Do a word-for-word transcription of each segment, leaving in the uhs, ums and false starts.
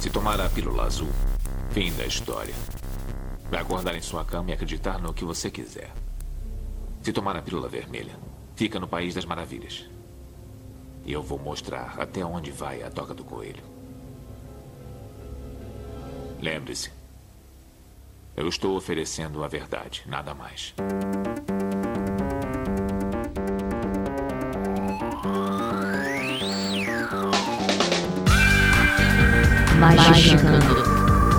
Se tomar a pílula azul, fim da história. Vai acordar em sua cama e acreditar no que você quiser. Se tomar a pílula vermelha, fica no País das Maravilhas. E eu vou mostrar até onde vai a toca do coelho. Lembre-se, eu estou oferecendo a verdade, nada mais. Magicando.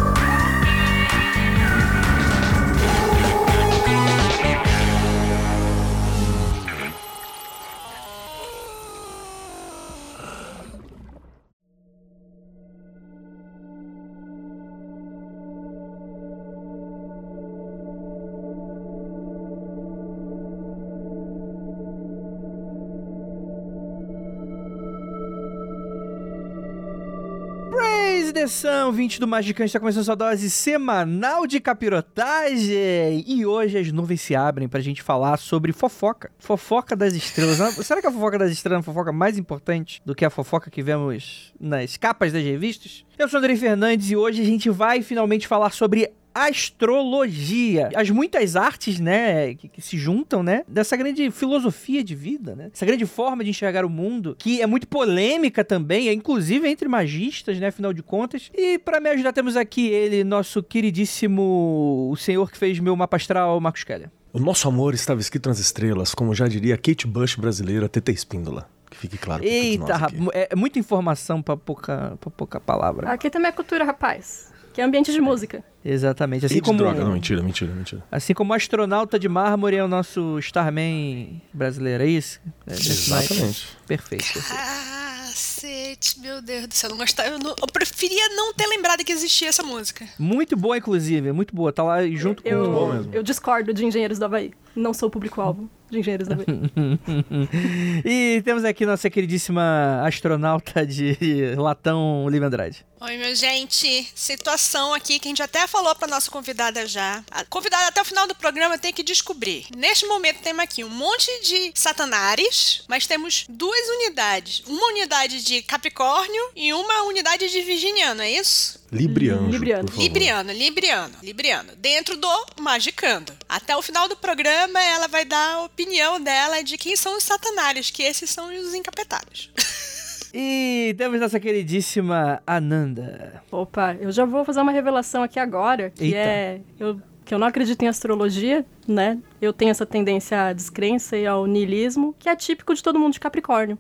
Edição vinte do Magicante está começando sua dose semanal de capirotagem. E hoje as nuvens se abrem pra gente falar sobre fofoca. Fofoca das estrelas. Será que a fofoca das estrelas é uma fofoca mais importante do que a fofoca que vemos nas capas das revistas? Eu sou Andrei Fernandes e hoje a gente vai finalmente falar sobre astrologia. As muitas artes, né, que, que se juntam, né, dessa grande filosofia de vida, né, essa grande forma de enxergar o mundo, que é muito polêmica também, inclusive entre magistas, né, afinal de contas. E pra me ajudar temos aqui ele, nosso queridíssimo, o senhor que fez meu mapa astral, Marcos Keller. O nosso amor estava escrito nas estrelas, como já diria Kate Bush brasileira, T T Espíndola. Que fique claro pra Eita, todos nós aqui. é muita informação pra pouca, pra pouca palavra. Aqui também é cultura, rapaz. Que é ambiente de música. Exatamente. Assim E de como droga, não, mentira, mentira, mentira. Assim como o astronauta de mármore é o nosso Starman brasileiro, é isso? É, Exatamente. Perfeito. Cacete, meu Deus do céu. Eu, não gostava, eu, não, eu preferia não ter lembrado que existia essa música. Muito boa, inclusive. Muito boa. Tá lá junto com... Eu, Bom mesmo. eu discordo de Engenheiros do Havaí. Não sou o público-alvo de Engenheiros do Havaí. E temos aqui nossa queridíssima astronauta de latão, Lívia Andrade. Oi, meu gente. Situação aqui que a gente até falou pra nossa convidada já. A convidada até o final do programa tem que descobrir. Neste momento temos aqui um monte de satanares, mas temos duas unidades. Uma unidade de Capricórnio e uma unidade de Virginiano, é isso? Libriano. Libriano. Por favor. Libriano, Libriano, Libriano. Dentro do Magicando. Até o final do programa, ela vai dar a opinião dela de quem são os satanares, que esses são os encapetados. E temos nossa queridíssima Ananda. Opa, eu já vou fazer uma revelação aqui agora, que Eita. é... Eu, que eu não acredito em astrologia, né? Eu tenho essa tendência à descrença e ao niilismo, que é típico de todo mundo de Capricórnio.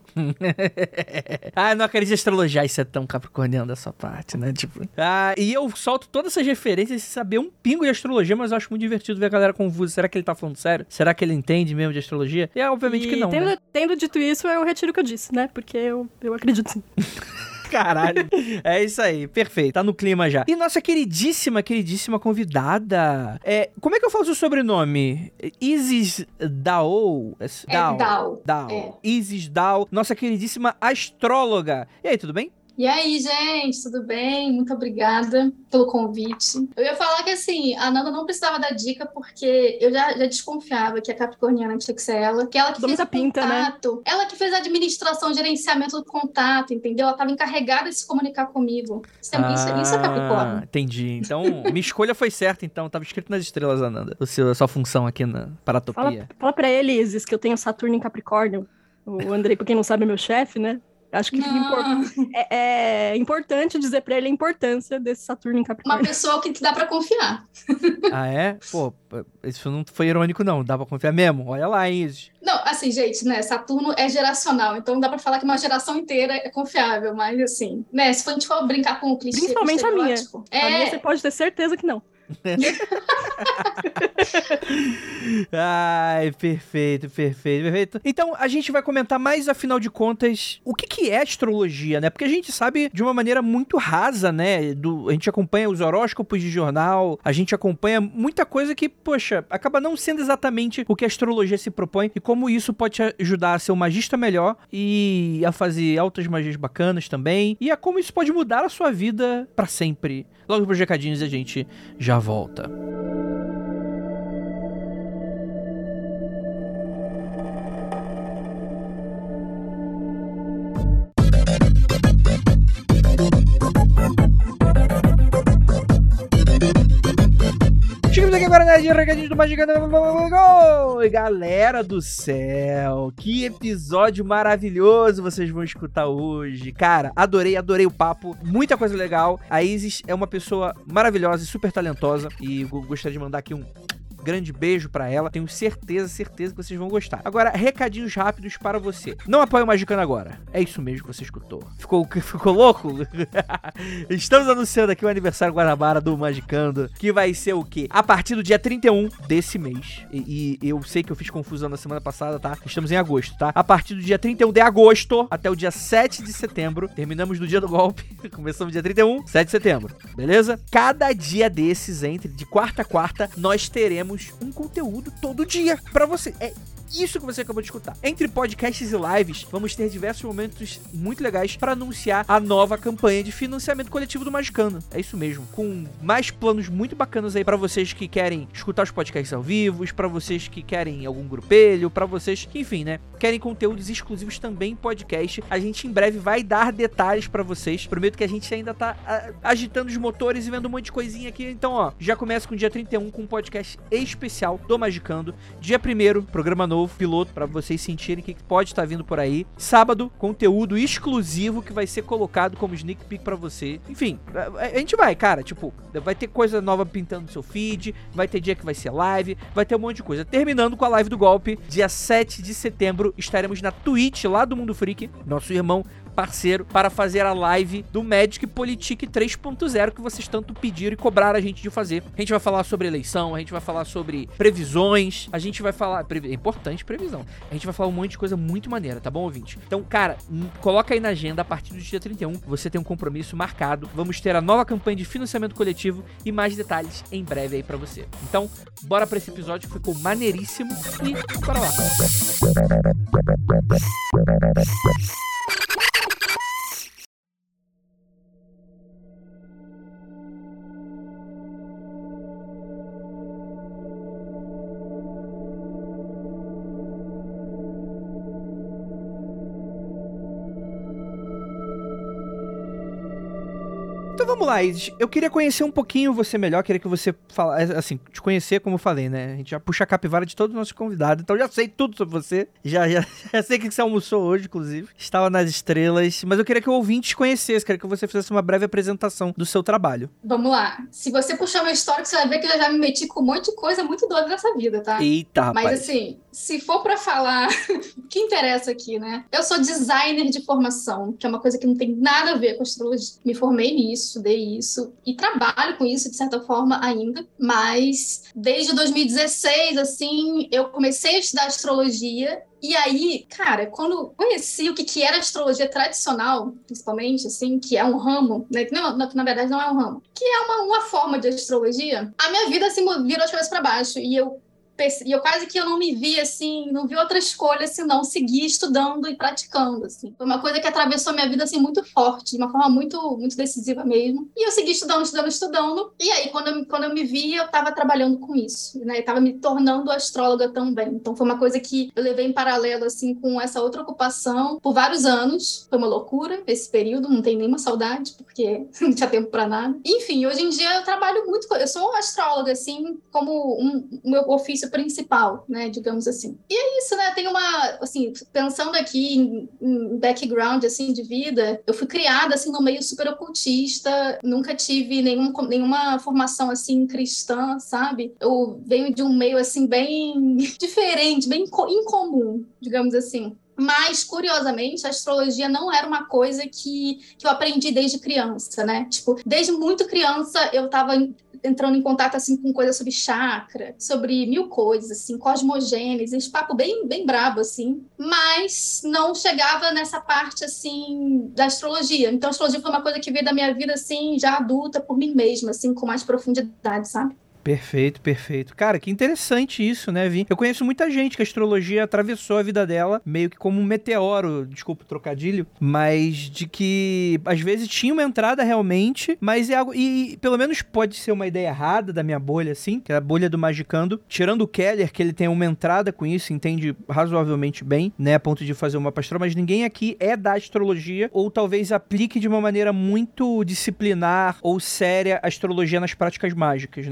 Ah, não acredito em astrologia. Isso é tão capricorniano da sua parte, né? Tipo... Ah, e eu solto todas essas referências sem saber um pingo de astrologia, mas eu acho muito divertido ver a galera confusa. Será que ele tá falando sério? Será que ele entende mesmo de astrologia? E é obviamente E que não, tendo, né? tendo dito isso, eu retiro o que eu disse, né? Porque eu, eu acredito sim. Caralho. É isso aí, perfeito. Tá no clima já. E nossa queridíssima, queridíssima convidada. É, como é que eu falo seu sobrenome? Isis Dao? É Dao. Dao. É. Isis Dao, nossa queridíssima astróloga. E aí, tudo bem? E aí, gente, tudo bem? Muito obrigada pelo convite. Eu ia falar que, assim, a Nanda não precisava dar dica, porque eu já, já desconfiava que a capricorniana tinha que ser ela, que ela que Dou fez muita o pinta, contato, ela que fez a administração, gerenciamento do contato, entendeu? Ela estava encarregada de se comunicar comigo. Isso é, isso, é- isso é Capricórnio. Entendi. Então, minha escolha foi certa, então. Tava escrito nas estrelas, Ananda. O seu, a sua função aqui na Paratopia. Fala, fala pra ele, Isis, que eu tenho Saturno em Capricórnio. O Andrei, pra quem não sabe, é meu chefe, né? Acho que Não. impor- é, é importante dizer pra ele a importância desse Saturno em Uma Capricórnio. pessoa que dá pra confiar. Ah, é? Pô, isso não foi irônico, não. Dá pra confiar mesmo? Olha lá, Isis. Não, assim, gente, né? Saturno é geracional, então dá pra falar que uma geração inteira é confiável, mas assim, né? Se a gente for brincar com o clichê, Principalmente com o a minha. estereótipo, A minha É, você pode ter certeza que não. Ai, perfeito, perfeito, perfeito. Então, a gente vai comentar mais, afinal de contas, o que, que é astrologia, né? Porque a gente sabe de uma maneira muito rasa, né? Do, a gente acompanha os horóscopos de jornal, a gente acompanha muita coisa que, poxa, acaba não sendo exatamente o que a astrologia se propõe e como isso pode te ajudar a ser um magista melhor e a fazer altas magias bacanas também, e a como isso pode mudar a sua vida pra sempre. Logo pros recadinhos a gente já volta. de recadinhos do Magicando. E galera do céu, que episódio maravilhoso vocês vão escutar hoje. Cara, adorei, adorei o papo, muita coisa legal. A Isis é uma pessoa maravilhosa e super talentosa e gostaria de mandar aqui um grande beijo pra ela. Tenho certeza, certeza que vocês vão gostar. Agora, recadinhos rápidos para você. Não apoie o Magicando agora. É isso mesmo que você escutou. Ficou, ficou louco? Estamos anunciando aqui o aniversário Guanabara do Magicando, que vai ser o quê? A partir do dia trinta e um desse mês. E, e eu sei que eu fiz confusão na semana passada, tá? Estamos em agosto, tá? A partir do dia trinta e um de agosto até o dia sete de setembro. Terminamos no dia do golpe. Começamos dia trinta e um, sete de setembro. Beleza? Cada dia desses, entre de quarta a quarta, nós teremos um conteúdo todo dia pra você. É isso que você acabou de escutar. Entre podcasts e lives, vamos ter diversos momentos muito legais para anunciar a nova campanha de financiamento coletivo do Magicando. É isso mesmo. Com mais planos muito bacanas aí para vocês que querem escutar os podcasts ao vivo, para vocês que querem algum grupelho, para vocês que, enfim, né, querem conteúdos exclusivos também em podcast. A gente em breve vai dar detalhes para vocês. Prometo que a gente ainda tá a, agitando os motores e vendo um monte de coisinha aqui. Então, ó, já começa com o dia trinta e um com um podcast especial do Magicando. Dia primeiro, programa novo, piloto, pra vocês sentirem o que pode estar vindo por aí. Sábado, conteúdo exclusivo que vai ser colocado como sneak peek pra você. Enfim, a, a gente vai, cara, tipo, vai ter coisa nova pintando no seu feed, vai ter dia que vai ser live, vai ter um monte de coisa. Terminando com a live do golpe, dia sete de setembro, estaremos na Twitch, lá do Mundo Freak, nosso irmão parceiro, para fazer a live do Magic Politic três ponto zero que vocês tanto pediram e cobraram a gente de fazer. A gente vai falar sobre eleição, a gente vai falar sobre previsões, a gente vai falar... Previ... É importante previsão. A gente vai falar um monte de coisa muito maneira, tá bom, ouvinte? Então, cara, coloca aí na agenda, a partir do dia trinta e um, você tem um compromisso marcado. Vamos ter a nova campanha de financiamento coletivo e mais detalhes em breve aí pra você. Então, bora pra esse episódio que ficou maneiríssimo e bora lá. Então vamos lá, Isis. Eu queria conhecer um pouquinho você melhor, queria que você falasse, assim, te conhecer, como eu falei, né? A gente já puxa a capivara de todos os nossos convidados, então já sei tudo sobre você. Já, já, já sei o que você almoçou hoje, inclusive. Estava nas estrelas, mas eu queria que o ouvinte te conhecesse, queria que você fizesse uma breve apresentação do seu trabalho. Vamos lá. Se você puxar meu histórico, você vai ver que eu já me meti com um monte de coisa muito doida nessa vida, tá? Eita, rapaz. Mas assim, se for pra falar o que interessa aqui, né? Eu sou designer de formação, que é uma coisa que não tem nada a ver com astrologia. Me formei nisso, estudei isso e trabalho com isso de certa forma ainda, mas desde dois mil e dezesseis, assim, eu comecei a estudar astrologia. E aí, cara, quando conheci o que, que era astrologia tradicional, principalmente, assim, que é um ramo, né, que, não, que na verdade não é um ramo, que é uma, uma forma de astrologia, a minha vida, assim, virou as coisas para baixo. E eu E eu quase que eu não me vi, assim, não vi outra escolha senão seguir estudando e praticando, assim. Foi uma coisa que atravessou minha vida, assim, muito forte, de uma forma muito, muito decisiva mesmo. E eu segui estudando, estudando, estudando. E aí, quando eu, quando eu me vi, eu estava trabalhando com isso, né? Eu estava me tornando astróloga também. Então, foi uma coisa que eu levei em paralelo, assim, com essa outra ocupação por vários anos. Foi uma loucura esse período, não tenho nenhuma saudade, porque não tinha tempo para nada. Enfim, hoje em dia eu trabalho muito... Eu sou astróloga, assim, como um, um meu ofício principal, né, digamos assim. E é isso, né, tem uma, assim, pensando aqui em, em background, assim, de vida, eu fui criada, assim, no meio super ocultista, nunca tive nenhum, nenhuma formação, assim, cristã, sabe? Eu venho de um meio, assim, bem diferente, bem incomum, digamos assim. Mas, curiosamente, a astrologia não era uma coisa que, que eu aprendi desde criança, né? Tipo, desde muito criança eu tava entrando em contato, assim, com coisas sobre chakra, sobre mil coisas, assim, cosmogênese, esse papo bem, bem brabo, assim. Mas não chegava nessa parte, assim, da astrologia. Então, a astrologia foi uma coisa que veio da minha vida, assim, já adulta, por mim mesma, assim, com mais profundidade, sabe? Perfeito, perfeito. Cara, que interessante isso, né, Vi? Eu conheço muita gente que a astrologia atravessou a vida dela meio que como um meteoro, desculpa o trocadilho, mas de que às vezes tinha uma entrada realmente, mas é algo... E pelo menos pode ser uma ideia errada da minha bolha, assim, que é a bolha do Magicando. Tirando o Keller, que ele tem uma entrada com isso, entende razoavelmente bem, né, a ponto de fazer uma pastoral, mas ninguém aqui é da astrologia, ou talvez aplique de uma maneira muito disciplinar ou séria a astrologia nas práticas mágicas, né? É,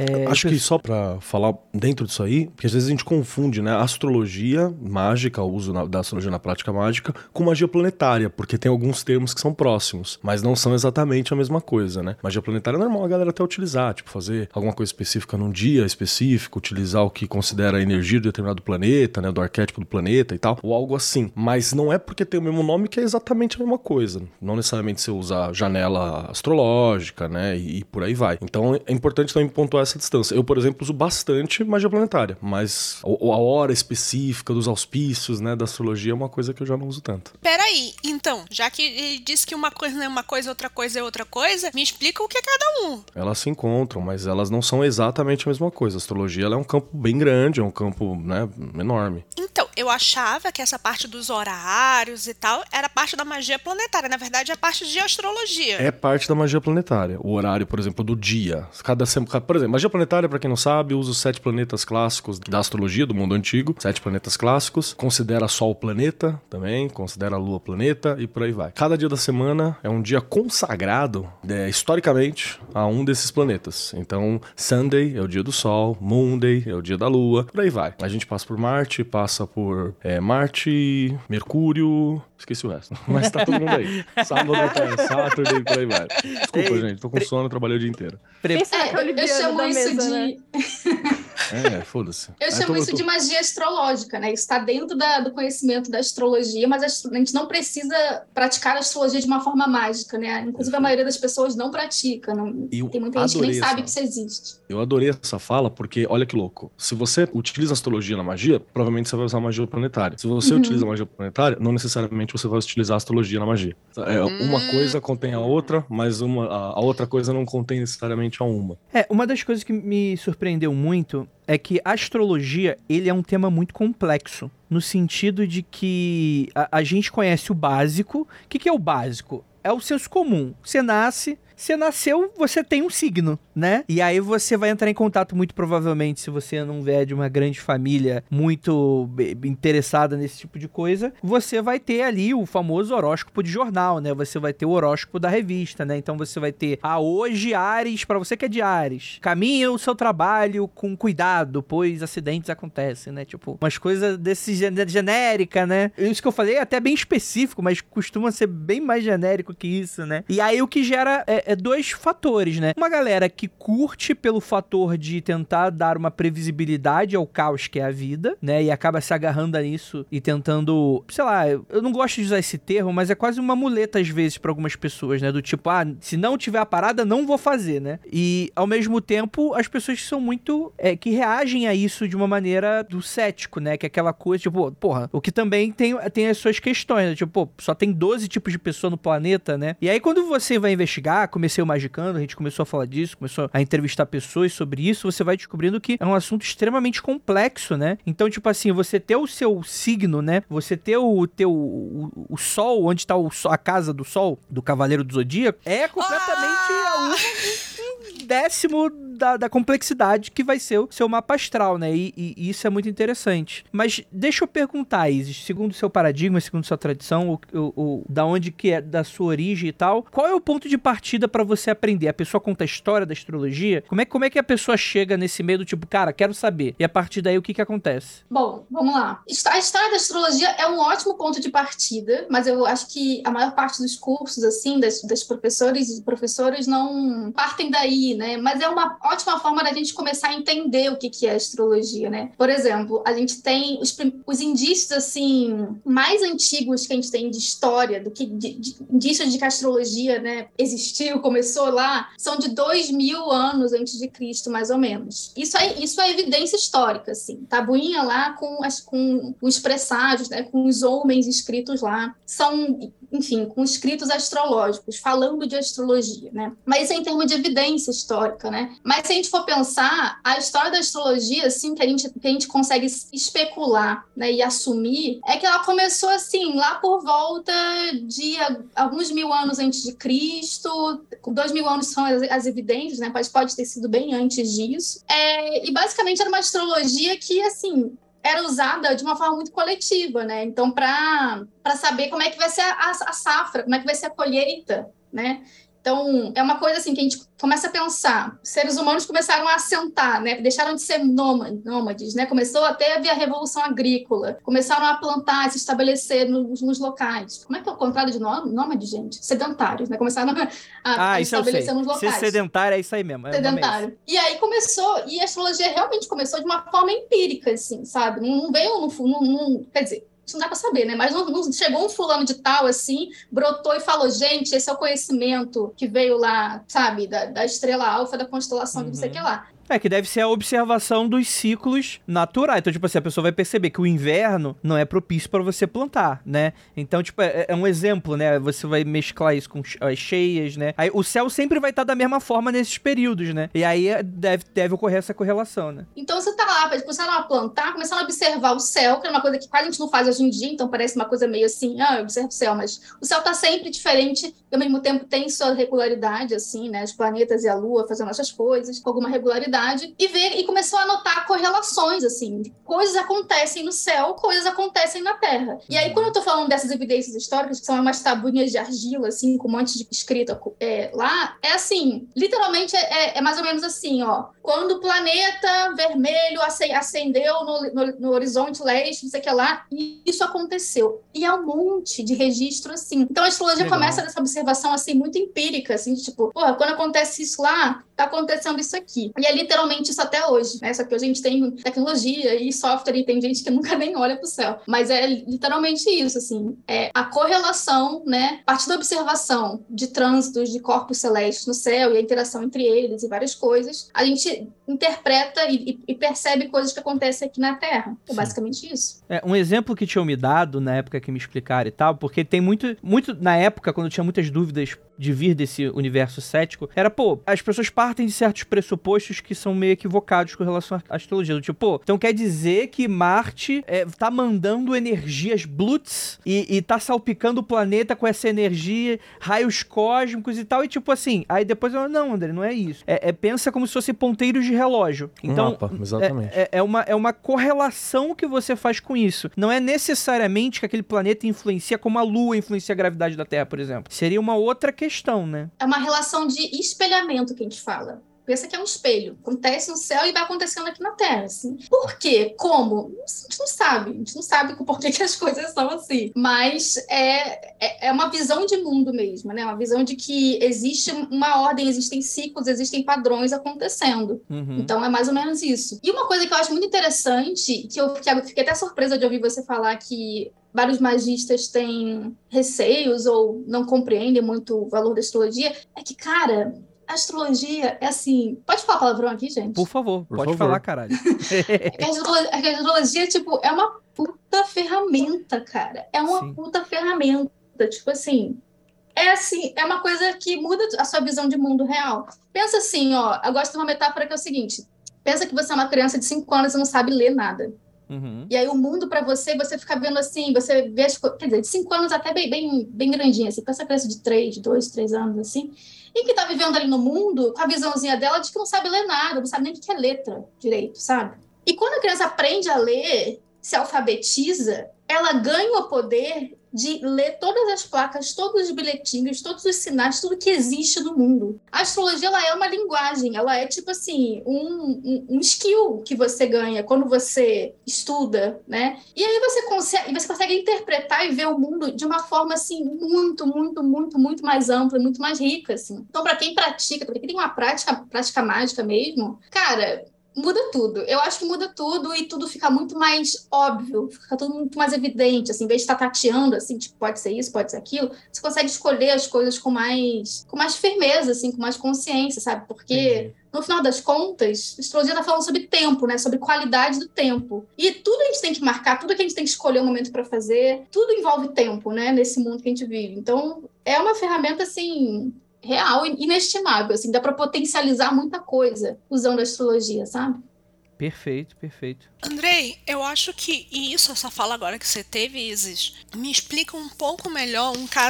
É, Acho que só pra falar dentro disso aí, porque às vezes a gente confunde, né, astrologia mágica, o uso na, da astrologia na prática mágica, com magia planetária, porque tem alguns termos que são próximos, mas não são exatamente a mesma coisa, né? Magia planetária é normal a galera até utilizar, tipo, fazer alguma coisa específica num dia específico, utilizar o que considera a energia de determinado planeta, né, do arquétipo do planeta e tal, ou algo assim. Mas não é porque tem o mesmo nome que é exatamente a mesma coisa. Não necessariamente você usar janela astrológica, né, e, e por aí vai. Então é importante também pontuar essa distância. Eu, por exemplo, uso bastante magia planetária, mas a, a hora específica dos auspícios, né, da astrologia é uma coisa que eu já não uso tanto. Peraí, então, já que ele disse que uma coisa não é uma coisa, outra coisa é outra coisa, me explica o que é cada um. Elas se encontram, mas elas não são exatamente a mesma coisa. A astrologia ela é um campo bem grande, é um campo, né, enorme. Então, eu achava que essa parte dos horários e tal era parte da magia planetária. Na verdade, é parte de astrologia. É parte da magia planetária. O horário, por exemplo, do dia. Cada semana, por exemplo, magia planetária, pra quem não sabe, usa os sete planetas clássicos da astrologia do mundo antigo. Sete planetas clássicos. Considera Sol planeta também, considera a Lua planeta e por aí vai. Cada dia da semana é um dia consagrado, é, historicamente, a um desses planetas. Então, Sunday é o dia do Sol, Monday é o dia da Lua, por aí vai. A gente passa por Marte, passa por é, Marte, Mercúrio... Esqueci o resto. Mas tá todo mundo aí. Sábado, Saturday, por aí vai. Desculpa, Ei, gente. Tô com pre... sono, eu trabalhei o dia inteiro. Pensa É, na eu, eu chamo da isso mesa, de... né? É, foda-se. Eu Aí chamo tô- isso tô- de magia astrológica, né? Isso está dentro da- do conhecimento da astrologia, mas a astro- a gente não precisa praticar a astrologia de uma forma mágica, né? Inclusive, a maioria das pessoas não pratica. Não... Eu Tem muita gente que nem adorei sabe essa- que isso existe. Eu adorei essa fala, porque olha que louco. Se você utiliza astrologia na magia, provavelmente você vai usar magia planetária. Se você Uhum. utiliza magia planetária, não necessariamente você vai utilizar astrologia na magia. É, uma Hum. coisa contém a outra, mas uma, a, a outra coisa não contém necessariamente a uma. É, uma das coisas que me surpreendeu muito é que a astrologia, ele é um tema muito complexo, no sentido de que a, a gente conhece o básico. O que, que é o básico? É o senso comum. Você nasce, você nasceu, você tem um signo, né? E aí você vai entrar em contato, muito provavelmente, se você não vier de uma grande família muito be- interessada nesse tipo de coisa, você vai ter ali o famoso horóscopo de jornal, né? Você vai ter o horóscopo da revista, né? Então você vai ter, ah, hoje Áries, pra você que é de Áries, caminha o seu trabalho com cuidado, pois acidentes acontecem, né? Tipo, umas coisas desse gen- genérica, né? Isso que eu falei é até bem específico, mas costuma ser bem mais genérico que isso, né? E aí o que gera é, é dois fatores, né? Uma galera que curte pelo fator de tentar dar uma previsibilidade ao caos que é a vida, né? E acaba se agarrando a isso e tentando, sei lá, eu não gosto de usar esse termo, mas é quase uma muleta às vezes pra algumas pessoas, né? Do tipo, ah, se não tiver a parada, não vou fazer, né? E ao mesmo tempo, as pessoas que são muito, é, que reagem a isso de uma maneira do cético, né? Que é aquela coisa, tipo, porra, o que também tem, tem as suas questões, né? Tipo, pô, só tem doze tipos de pessoa no planeta, né? E aí quando você vai investigar, comecei o Magicando, a gente começou a falar disso, começou a entrevistar pessoas sobre isso, você vai descobrindo que é um assunto extremamente complexo, né? Então, tipo assim, você ter o seu signo, né? Você ter o teu o, o sol, onde tá o, sol- a casa do sol, do Cavaleiro do Zodíaco, é completamente Ah! um décimo da, da complexidade que vai ser o seu mapa astral, né? E, e- e isso é muito interessante. Mas deixa eu perguntar, Isis, segundo o seu paradigma, segundo sua tradição, o, o, o- da onde que é, da sua origem e tal, qual é o ponto de partida pra você aprender? A pessoa conta a história da astrologia? Como é, como é que a pessoa chega nesse meio do tipo, cara, quero saber. E a partir daí, o que que acontece? Bom, vamos lá. A história da astrologia é um ótimo ponto de partida, mas eu acho que a maior parte dos cursos, assim, das, das professores e professores não partem daí, né? Mas é uma ótima forma da gente começar a entender o que, que é astrologia, né? Por exemplo, a gente tem os, prim- os indícios, assim, mais antigos que a gente tem de história, do que de, de, indícios de que a astrologia, né, existiu, começou lá, são de dois mil anos antes de Cristo, mais ou menos. Isso é, isso é evidência histórica, assim. Tabuinha lá com, as, com os presságios, né, com os homens escritos lá. São, enfim, com escritos astrológicos, falando de astrologia, né? Mas isso é em termos de evidência histórica, né? Mas se a gente for pensar, a história da astrologia, assim, que a gente, que a gente consegue especular, né, e assumir, é que ela começou, assim, lá por volta de alguns mil anos antes de Cristo, dois mil anos são as, as evidências, né? Pode, pode ter sido bem antes disso. É, e basicamente era uma astrologia que, assim, era usada de uma forma muito coletiva, né? Então, para para saber como é que vai ser a, a safra, como é que vai ser a colheita, né? Então, é uma coisa assim que a gente começa a pensar. Os seres humanos começaram a assentar, né? Deixaram de ser nômades, né? Começou até a haver a revolução agrícola. Começaram a plantar, se estabelecer nos, nos locais. Como é que é o contrário de nômade, gente? Sedentários, né? Começaram a, a, ah, a isso eu sei. estabelecer nos locais. Ser sedentário é isso aí mesmo. É sedentário. E aí começou, e a astrologia realmente começou de uma forma empírica, assim, sabe? Não, não veio, no, não, não, quer dizer, isso não dá pra saber, né? Mas não, não chegou um fulano de tal, assim, brotou e falou, gente, esse é o conhecimento que veio lá, sabe, da, da estrela alfa, da constelação uhum. de não sei o que lá. É, que deve ser a observação dos ciclos naturais. Então, tipo assim, a pessoa vai perceber que o inverno não é propício para você plantar, né? Então, tipo, é, é um exemplo, né? Você vai mesclar isso com as cheias, né? Aí o céu sempre vai estar da mesma forma nesses períodos, né? E aí deve, deve ocorrer essa correlação, né? Então, você tá lá, começaram a plantar, começaram a observar o céu, que é uma coisa que quase a gente não faz hoje em dia, então parece uma coisa meio assim, ah, eu observo o céu, mas o céu tá sempre diferente e, ao mesmo tempo, tem sua regularidade, assim, né? Os planetas e a Lua fazendo essas coisas, com alguma regularidade. E, ver, e começou a notar correlações, assim, coisas acontecem no céu, coisas acontecem na Terra. E aí, quando eu tô falando dessas evidências históricas, que são umas tabuinhas de argila, assim, com um monte de escrita é, lá, é assim, literalmente é, é mais ou menos assim, ó, quando o planeta vermelho acendeu no, no, no horizonte leste, não sei o que lá, e isso aconteceu. E é um monte de registro, assim. Então, a astrologia Legal. Começa dessa observação, assim, muito empírica, assim, de, tipo, porra, quando acontece isso lá, tá acontecendo isso aqui. E é literalmente isso até hoje, né? Só que hoje a gente tem tecnologia e software e tem gente que nunca nem olha pro céu. Mas é literalmente isso, assim. É a correlação, né? A partir da observação de trânsitos de corpos celestes no céu e a interação entre eles e várias coisas, a gente interpreta e, e percebe coisas que acontecem aqui na Terra. É Sim. basicamente isso. É, um exemplo que tinham me dado na época que me explicaram e tal, porque tem muito, muito na época, quando eu tinha muitas dúvidas de vir desse universo cético, era, pô, as pessoas partem de certos pressupostos que são meio equivocados com relação à astrologia. Do tipo, pô, então quer dizer que Marte é, tá mandando energias Blutz e, e tá salpicando o planeta com essa energia, raios cósmicos e tal, e tipo assim, aí depois eu, não, André, não é isso. É, é, pensa como se fosse ponteiros de relógio. Então, um mapa, exatamente. É, é, uma, é uma correlação que você faz com isso. Não é necessariamente que aquele planeta influencia como a Lua influencia a gravidade da Terra, por exemplo. Seria uma outra questão, né? É uma relação de espelhamento que a gente fala. Pensa que é um espelho. Acontece no céu e vai acontecendo aqui na Terra, assim. Por quê? Como? A gente não sabe. A gente não sabe por que, que as coisas são assim. Mas é, é, é uma visão de mundo mesmo, né? Uma visão de que existe uma ordem, existem ciclos, existem padrões acontecendo. Uhum. Então, é mais ou menos isso. E uma coisa que eu acho muito interessante, que eu fiquei, fiquei até surpresa de ouvir você falar que vários magistas têm receios ou não compreendem muito o valor da astrologia, é que, cara, a astrologia é assim... Pode falar palavrão aqui, gente? Por favor, Por pode favor. falar, caralho. a, astrologia, a astrologia, tipo, é uma puta ferramenta, cara. É uma Sim. puta ferramenta. Tipo assim... É assim, é uma coisa que muda a sua visão de mundo real. Pensa assim, ó... Eu gosto de uma metáfora que é o seguinte. Pensa que você é uma criança de cinco anos e não sabe ler nada. Uhum. E aí o mundo pra você, você fica vendo assim, você vê as coisas, quer dizer, de cinco anos até bem, bem, bem grandinha, assim, com essa criança de três, dois, três anos, assim, e que tá vivendo ali no mundo, com a visãozinha dela de que não sabe ler nada, não sabe nem o que é letra direito, sabe? E quando a criança aprende a ler, se alfabetiza, ela ganha o poder de ler todas as placas, todos os bilhetinhos, todos os sinais, tudo que existe no mundo. A astrologia, ela é uma linguagem, ela é tipo assim, um, um, um skill que você ganha quando você estuda, né? E aí você consegue, você consegue interpretar e ver o mundo de uma forma, assim, muito, muito, muito, muito mais ampla, muito mais rica, assim. Então, para quem pratica, para quem tem uma prática, prática mágica mesmo, cara... muda tudo. Eu acho que muda tudo e tudo fica muito mais óbvio, fica tudo muito mais evidente, assim, em vez de estar tateando, assim, tipo, pode ser isso, pode ser aquilo, você consegue escolher as coisas com mais, com mais firmeza, assim, com mais consciência, sabe? Porque, uhum. no final das contas, a astrologia tá falando sobre tempo, né? Sobre qualidade do tempo. E tudo a gente tem que marcar, tudo que a gente tem que escolher um momento para fazer, tudo envolve tempo, né? Nesse mundo que a gente vive. Então, é uma ferramenta, assim... real e inestimável, assim, dá para potencializar muita coisa usando a astrologia, sabe? Perfeito, perfeito. Andrei, eu acho que, e isso, essa fala agora que você teve, Isis, me explica um pouco melhor um caso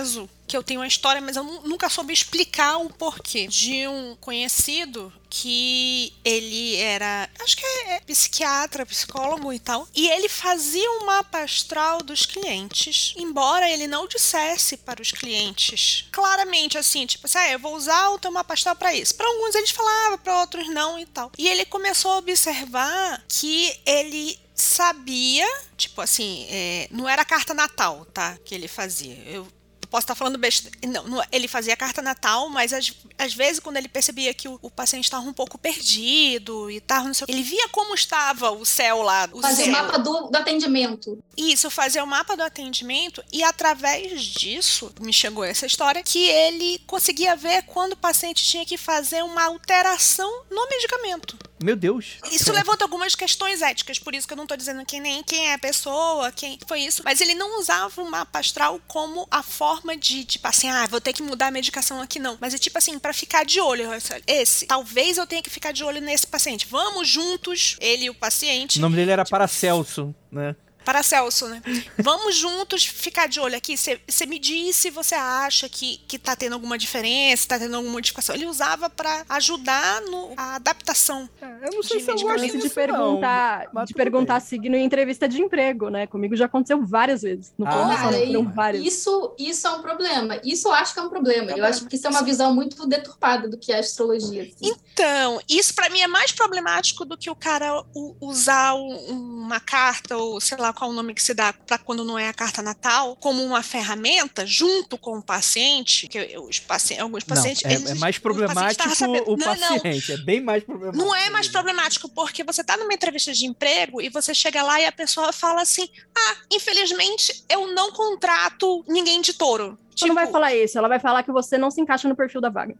que eu tenho uma história, mas eu nunca soube explicar o porquê. De um conhecido que ele era, acho que é psiquiatra, psicólogo e tal, e ele fazia um mapa astral dos clientes, embora ele não dissesse para os clientes claramente assim, tipo assim, ah, eu vou usar o teu mapa astral para isso. Para alguns eles falavam, para outros não e tal. E ele começou a observar que ele sabia, tipo assim, é, não era carta natal, tá, que ele fazia. Eu posso estar falando besteira. Não, não, ele fazia carta natal, mas às, às vezes quando ele percebia que o, o paciente estava um pouco perdido e tal, não sei o que, ele via como estava o céu lá. O Fazia céu. o mapa do, do atendimento. Isso, fazia o mapa do atendimento e através disso me chegou essa história que ele conseguia ver quando o paciente tinha que fazer uma alteração no medicamento. Meu Deus. Isso levanta algumas questões éticas, por isso que eu não tô dizendo quem nem quem é a pessoa, quem foi isso, mas ele não usava o mapa astral como a forma de, tipo assim, ah, vou ter que mudar a medicação aqui, não. Mas é tipo assim, pra ficar de olho, esse, talvez eu tenha que ficar de olho nesse paciente. Vamos juntos, ele e o paciente. O nome dele era tipo, Paracelso, né? Paracelso, né? Vamos juntos ficar de olho aqui. Você me diz se você acha que, que tá tendo alguma diferença, tá tendo alguma modificação. Ele usava pra ajudar no, a adaptação. É, eu não sei de se eu gosto Lance disso, de perguntar, não, mas de tudo perguntar bem. signo em entrevista de emprego, né? Comigo já aconteceu várias vezes. Não Ah, foi uma só, não, Olha, foram várias. isso, isso é um problema. Isso eu acho que é um problema. Eu acho que isso é uma visão muito deturpada do que é a astrologia. Assim. Então, isso pra mim é mais problemático do que o cara u- usar um- uma carta, ou sei lá qual o nome que se dá para quando não é a carta natal, como uma ferramenta junto com o paciente, que os pacientes, alguns pacientes... Não, é, eles- é mais o paciente problemático tava sabendo. o Não, paciente, é bem mais problemático. Não é mais problemático, porque você tá numa entrevista de emprego e você chega lá e a pessoa fala assim, ah, infelizmente eu não contrato ninguém de touro. Ela não vai falar isso, ela vai falar que você não se encaixa no perfil da vaga.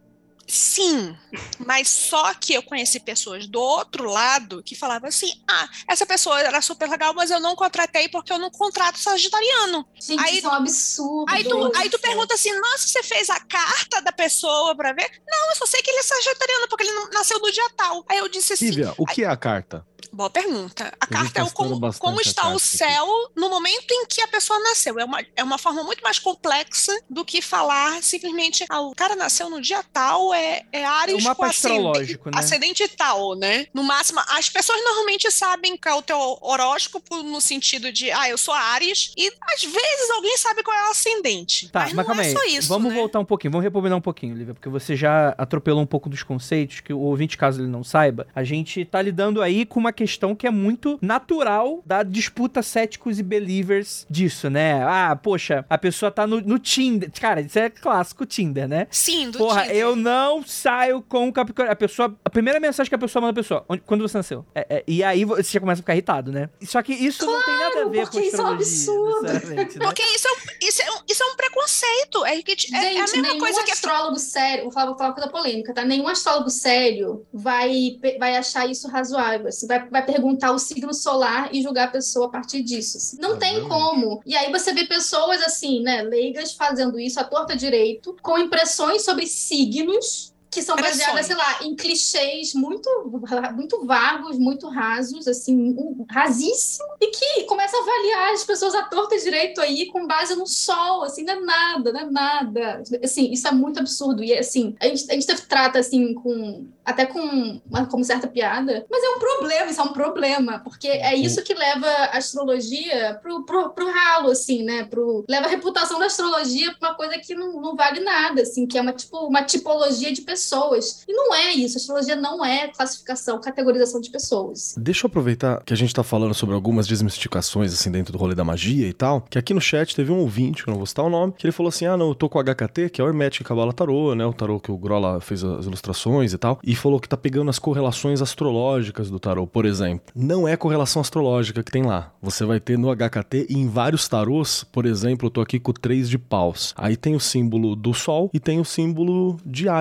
Sim, mas só que eu conheci pessoas do outro lado que falavam assim, ah, essa pessoa era super legal, mas eu não contratei porque eu não contrato sagitariano. Gente, Aí- isso é um absurdo. Aí tu, aí tu pergunta assim, nossa, você fez a carta da pessoa pra ver? Não, eu só sei que ele é sagitariano, porque ele não nasceu no dia tal. Aí eu disse assim, Lívia, o que é a carta? boa pergunta. A A gente carta é tá o como, estudando bastante como a está carta o céu no momento em que a pessoa nasceu. É uma, é uma forma muito mais complexa do que falar simplesmente, ah, o cara nasceu no dia tal, é, é Áries É um mapa com ascendente, astrológico, né? ascendente tal, né? No máximo, as pessoas normalmente sabem qual é o teu horóscopo no sentido de, ah, eu sou Áries, e às vezes alguém sabe qual é o ascendente. Tá, mas mas, não calma é aí. só isso, Vamos né? voltar um pouquinho, vamos rebobinar um pouquinho, Lívia, porque você já atropelou um pouco dos conceitos que o ouvinte, caso ele não saiba, a gente tá lidando aí com uma questão que é muito natural da disputa céticos e believers disso, né? Ah, poxa, a pessoa tá no, no Tinder. Cara, isso é clássico Tinder, né? Sim, do Porra, Tinder. eu não saio com o Capricórnio. A pessoa, a primeira mensagem que a pessoa manda a pessoa, onde, quando você nasceu? É, é, e aí você já começa a ficar irritado, né? Só que isso não tem nada a ver com porque isso é um astrologia, absurdo. necessariamente, né? Porque isso é, um, isso, é um, isso é um preconceito. É, que, é, é a Gente, mesma nenhum coisa que é astrólogo sério, vou falar, vou falar uma coisa polêmica, tá? Nenhum astrólogo sério vai, vai achar isso razoável. Assim, vai, vai perguntar o signo solar e julgar a pessoa a partir disso. Assim. Não tem Obviamente. como. E aí você vê pessoas assim, né, leigas fazendo isso à torta direito, com impressões sobre signos que são baseadas, Impressões. sei lá, em clichês muito, muito vagos, muito rasos, assim, um, rasíssimo, e que começa a avaliar as pessoas à torta direito aí com base no sol, assim, não é nada, não é nada. Assim, isso é muito absurdo. E, assim, a gente, a gente trata, assim, com... até com uma como certa piada, mas é um problema, isso é um problema, porque é isso que leva a astrologia pro, pro, pro ralo, assim, né? Pro, leva a reputação da astrologia pra uma coisa que não, não vale nada, assim, que é uma, tipo, uma tipologia de pessoas. E não é isso, a astrologia não é classificação, categorização de pessoas. Deixa eu aproveitar que a gente tá falando sobre algumas desmistificações, assim, dentro do rolê da magia e tal, que aqui no chat teve um ouvinte, que eu não vou citar o nome, que ele falou assim, ah, não, eu tô com o H K T, que é o Hermética Cabala Tarô, né, o tarô que o Grola fez as ilustrações e tal, e falou que tá pegando as correlações astrológicas do tarô, por exemplo. Não é correlação astrológica que tem lá. Você vai ter no H K T e em vários tarôs, por exemplo, eu tô aqui com o três de paus. Aí tem o símbolo do Sol e tem o símbolo de Áries. Aí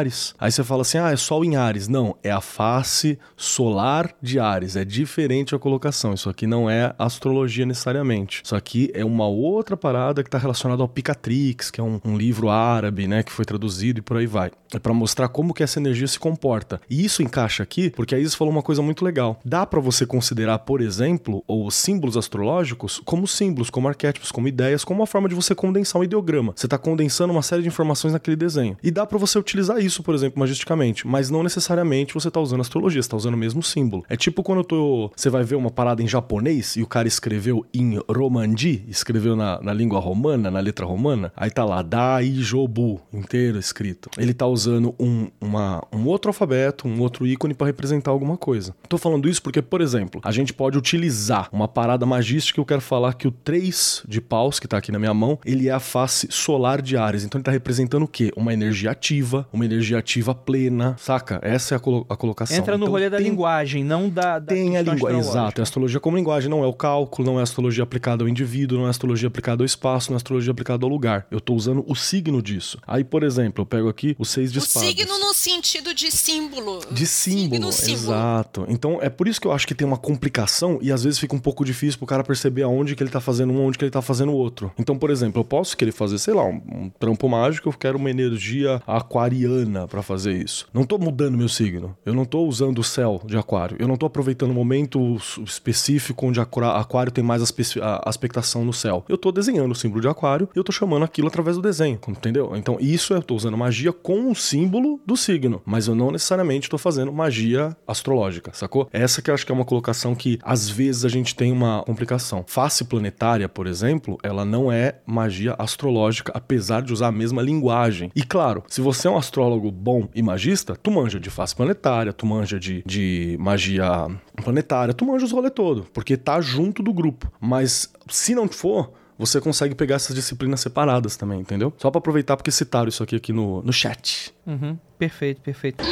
Aí você fala assim, ah, é Sol em Áries. Não, é a face solar de Áries. É diferente a colocação. Isso aqui não é astrologia necessariamente. Isso aqui é uma outra parada que está relacionada ao Picatrix, que é um, um livro árabe, né, que foi traduzido e por aí vai. É para mostrar como que essa energia se comporta. E isso encaixa aqui, porque a Isis falou uma coisa muito legal. Dá para você considerar, por exemplo, os símbolos astrológicos como símbolos, como arquétipos, como ideias, como uma forma de você condensar um ideograma. Você está condensando uma série de informações naquele desenho. E dá para você utilizar isso, por exemplo, magisticamente, mas não necessariamente você está usando astrologia, você está usando o mesmo símbolo. É tipo quando eu tô... você vai ver uma parada em japonês e o cara escreveu em romanji, escreveu na, na língua romana, na letra romana, aí tá lá, Daijobu, inteiro escrito. Ele tá usando um, uma, um outro alfabeto, um outro ícone para representar alguma coisa. Tô falando isso porque, por exemplo, a gente pode utilizar uma parada magística que eu quero falar que o três de paus, que tá aqui na minha mão, ele é a face solar de Áries. Então ele tá representando o quê? Uma energia ativa, uma energia ativa plena, saca? Essa é a, colo- a colocação. Entra no então, rolê da tem, linguagem, não da, da Tem a linguagem, exato. astrológica. A astrologia como linguagem não é o cálculo, não é a astrologia aplicada ao indivíduo, não é a astrologia aplicada ao espaço, não é a astrologia aplicada ao lugar. Eu tô usando o signo disso. Aí, por exemplo, eu pego aqui o seis de O espadas. signo no sentido de símbolo. De símbolo, Signo, símbolo. exato. Então, é por isso que eu acho que tem uma complicação e às vezes fica um pouco difícil pro cara perceber aonde que ele tá fazendo um, onde que ele tá fazendo o outro. Então, por exemplo, eu posso querer fazer, sei lá, um, um trampo mágico, eu quero uma energia aquariana pra fazer isso. Não tô mudando meu signo. Eu não tô usando o céu de aquário. Eu não tô aproveitando um momento específico onde aquário tem mais a aspectação no céu. Eu tô desenhando o símbolo de aquário e eu tô chamando aquilo através do desenho, entendeu? Então, isso eu tô usando magia com o símbolo do signo, mas eu não necessariamente tô fazendo magia astrológica, sacou? Essa que eu acho que é uma colocação que às vezes a gente tem uma complicação. Face planetária, por exemplo, ela não é magia astrológica, apesar de usar a mesma linguagem. E claro, se você é um astrólogo bom e magista, tu manja de face planetária, tu manja de, de magia planetária, tu manja os rolê todo, porque tá junto do grupo. Mas se não for, você consegue pegar essas disciplinas separadas também, entendeu? Só pra aproveitar porque citaram isso aqui, aqui no, no chat. Uhum, perfeito, perfeito.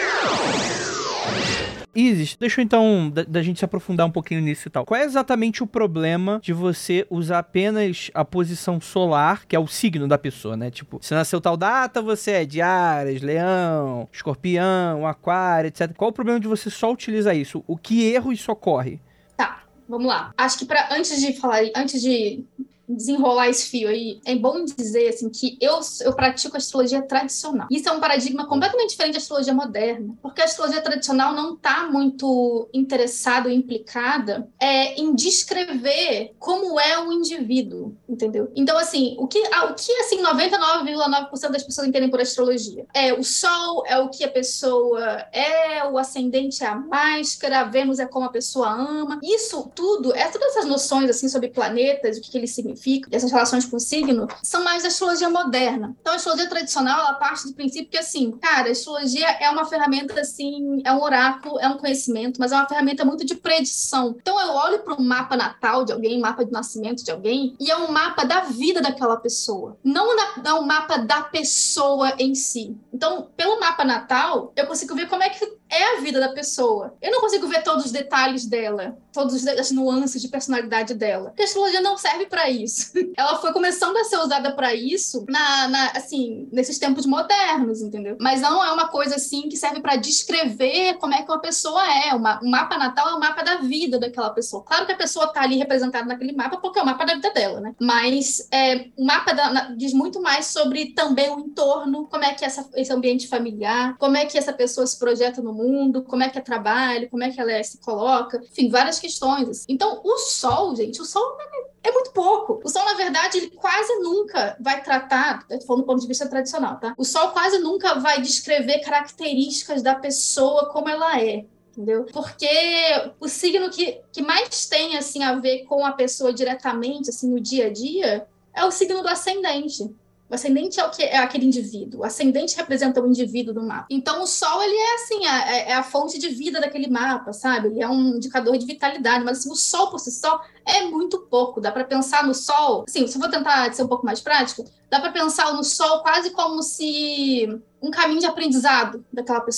Isis, deixa eu então, da, da gente se aprofundar um pouquinho nisso e tal. Qual é exatamente o problema de você usar apenas a posição solar, que é o signo da pessoa, né? Tipo, se nasceu tal data, você é de Áries, Leão, Escorpião, Aquário, etcétera. Qual o problema de você só utilizar isso? O que erro isso ocorre? Tá, vamos lá. Acho que pra, antes de falar, antes de desenrolar esse fio aí, é bom dizer assim, que eu, eu pratico astrologia tradicional. Isso é um paradigma completamente diferente da astrologia moderna, porque a astrologia tradicional não está muito interessada ou implicada é, em descrever como é o indivíduo, entendeu? Então, assim, o que, o que assim, noventa e nove vírgula nove por cento das pessoas entendem por astrologia? É o sol, é o que a pessoa é, o ascendente é a máscara, a Vênus é como a pessoa ama. Isso tudo, é todas essas noções assim, sobre planetas, o que, que eles significam, essas relações com o signo, são mais da astrologia moderna. Então, a astrologia tradicional, ela parte do princípio que, assim, cara, a astrologia é uma ferramenta, assim, é um oráculo, é um conhecimento, mas é uma ferramenta muito de predição. Então, eu olho para um mapa natal de alguém, mapa de nascimento de alguém, e é um mapa da vida daquela pessoa. Não é um mapa da pessoa em si. Então, pelo mapa natal, eu consigo ver como é que é a vida da pessoa. Eu não consigo ver todos os detalhes dela, todas as nuances de personalidade dela. Porque a astrologia não serve para isso. Ela foi começando a ser usada para isso na, na, assim, nesses tempos modernos, entendeu? Mas não é uma coisa assim que serve para descrever como é que uma pessoa é. Uma, um mapa natal é o mapa da vida daquela pessoa. Claro que a pessoa está ali representada naquele mapa porque é o mapa da vida dela, né? Mas é, o mapa da, na, diz muito mais sobre também o entorno, como é que essa, esse ambiente familiar, como é que essa pessoa se projeta no mundo, como é que é trabalho, como é que ela é, se coloca, enfim, várias questões. Assim. Então, o Sol, gente, o Sol é, é muito pouco. O Sol, na verdade, ele quase nunca vai tratar, eu tô falando do ponto de vista tradicional, tá? O Sol quase nunca vai descrever características da pessoa como ela é. Entendeu? Porque o signo que, que mais tem, assim, a ver com a pessoa diretamente, assim, no dia a dia, é o signo do ascendente. O ascendente é, o que, é aquele indivíduo. O ascendente representa o indivíduo do mapa. Então, o Sol, ele é assim, é, é a fonte de vida daquele mapa, sabe? Ele é um indicador de vitalidade. Mas, assim, o Sol por si só é muito pouco. Dá para pensar no Sol... Assim, se eu vou tentar ser um pouco mais prático, dá para pensar no Sol quase como se... um caminho de aprendizado daquela pessoa.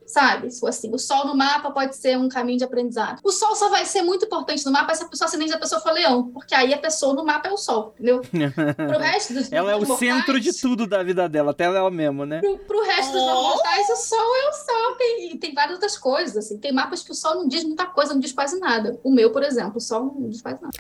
sabe? Assim, o sol no mapa pode ser um caminho de aprendizado. O sol só vai ser muito importante no mapa se a pessoa ascendente da pessoa for leão, porque aí a pessoa no mapa é o sol, entendeu? Pro resto dos Ela é o mortais, centro de tudo da vida dela, até ela mesma, né? Pro, pro resto dos Oh. mortais, o sol é o sol. Tem, tem várias outras coisas, assim. Tem mapas que o sol não diz muita coisa, não diz quase nada. O meu, por exemplo, o sol não diz quase nada.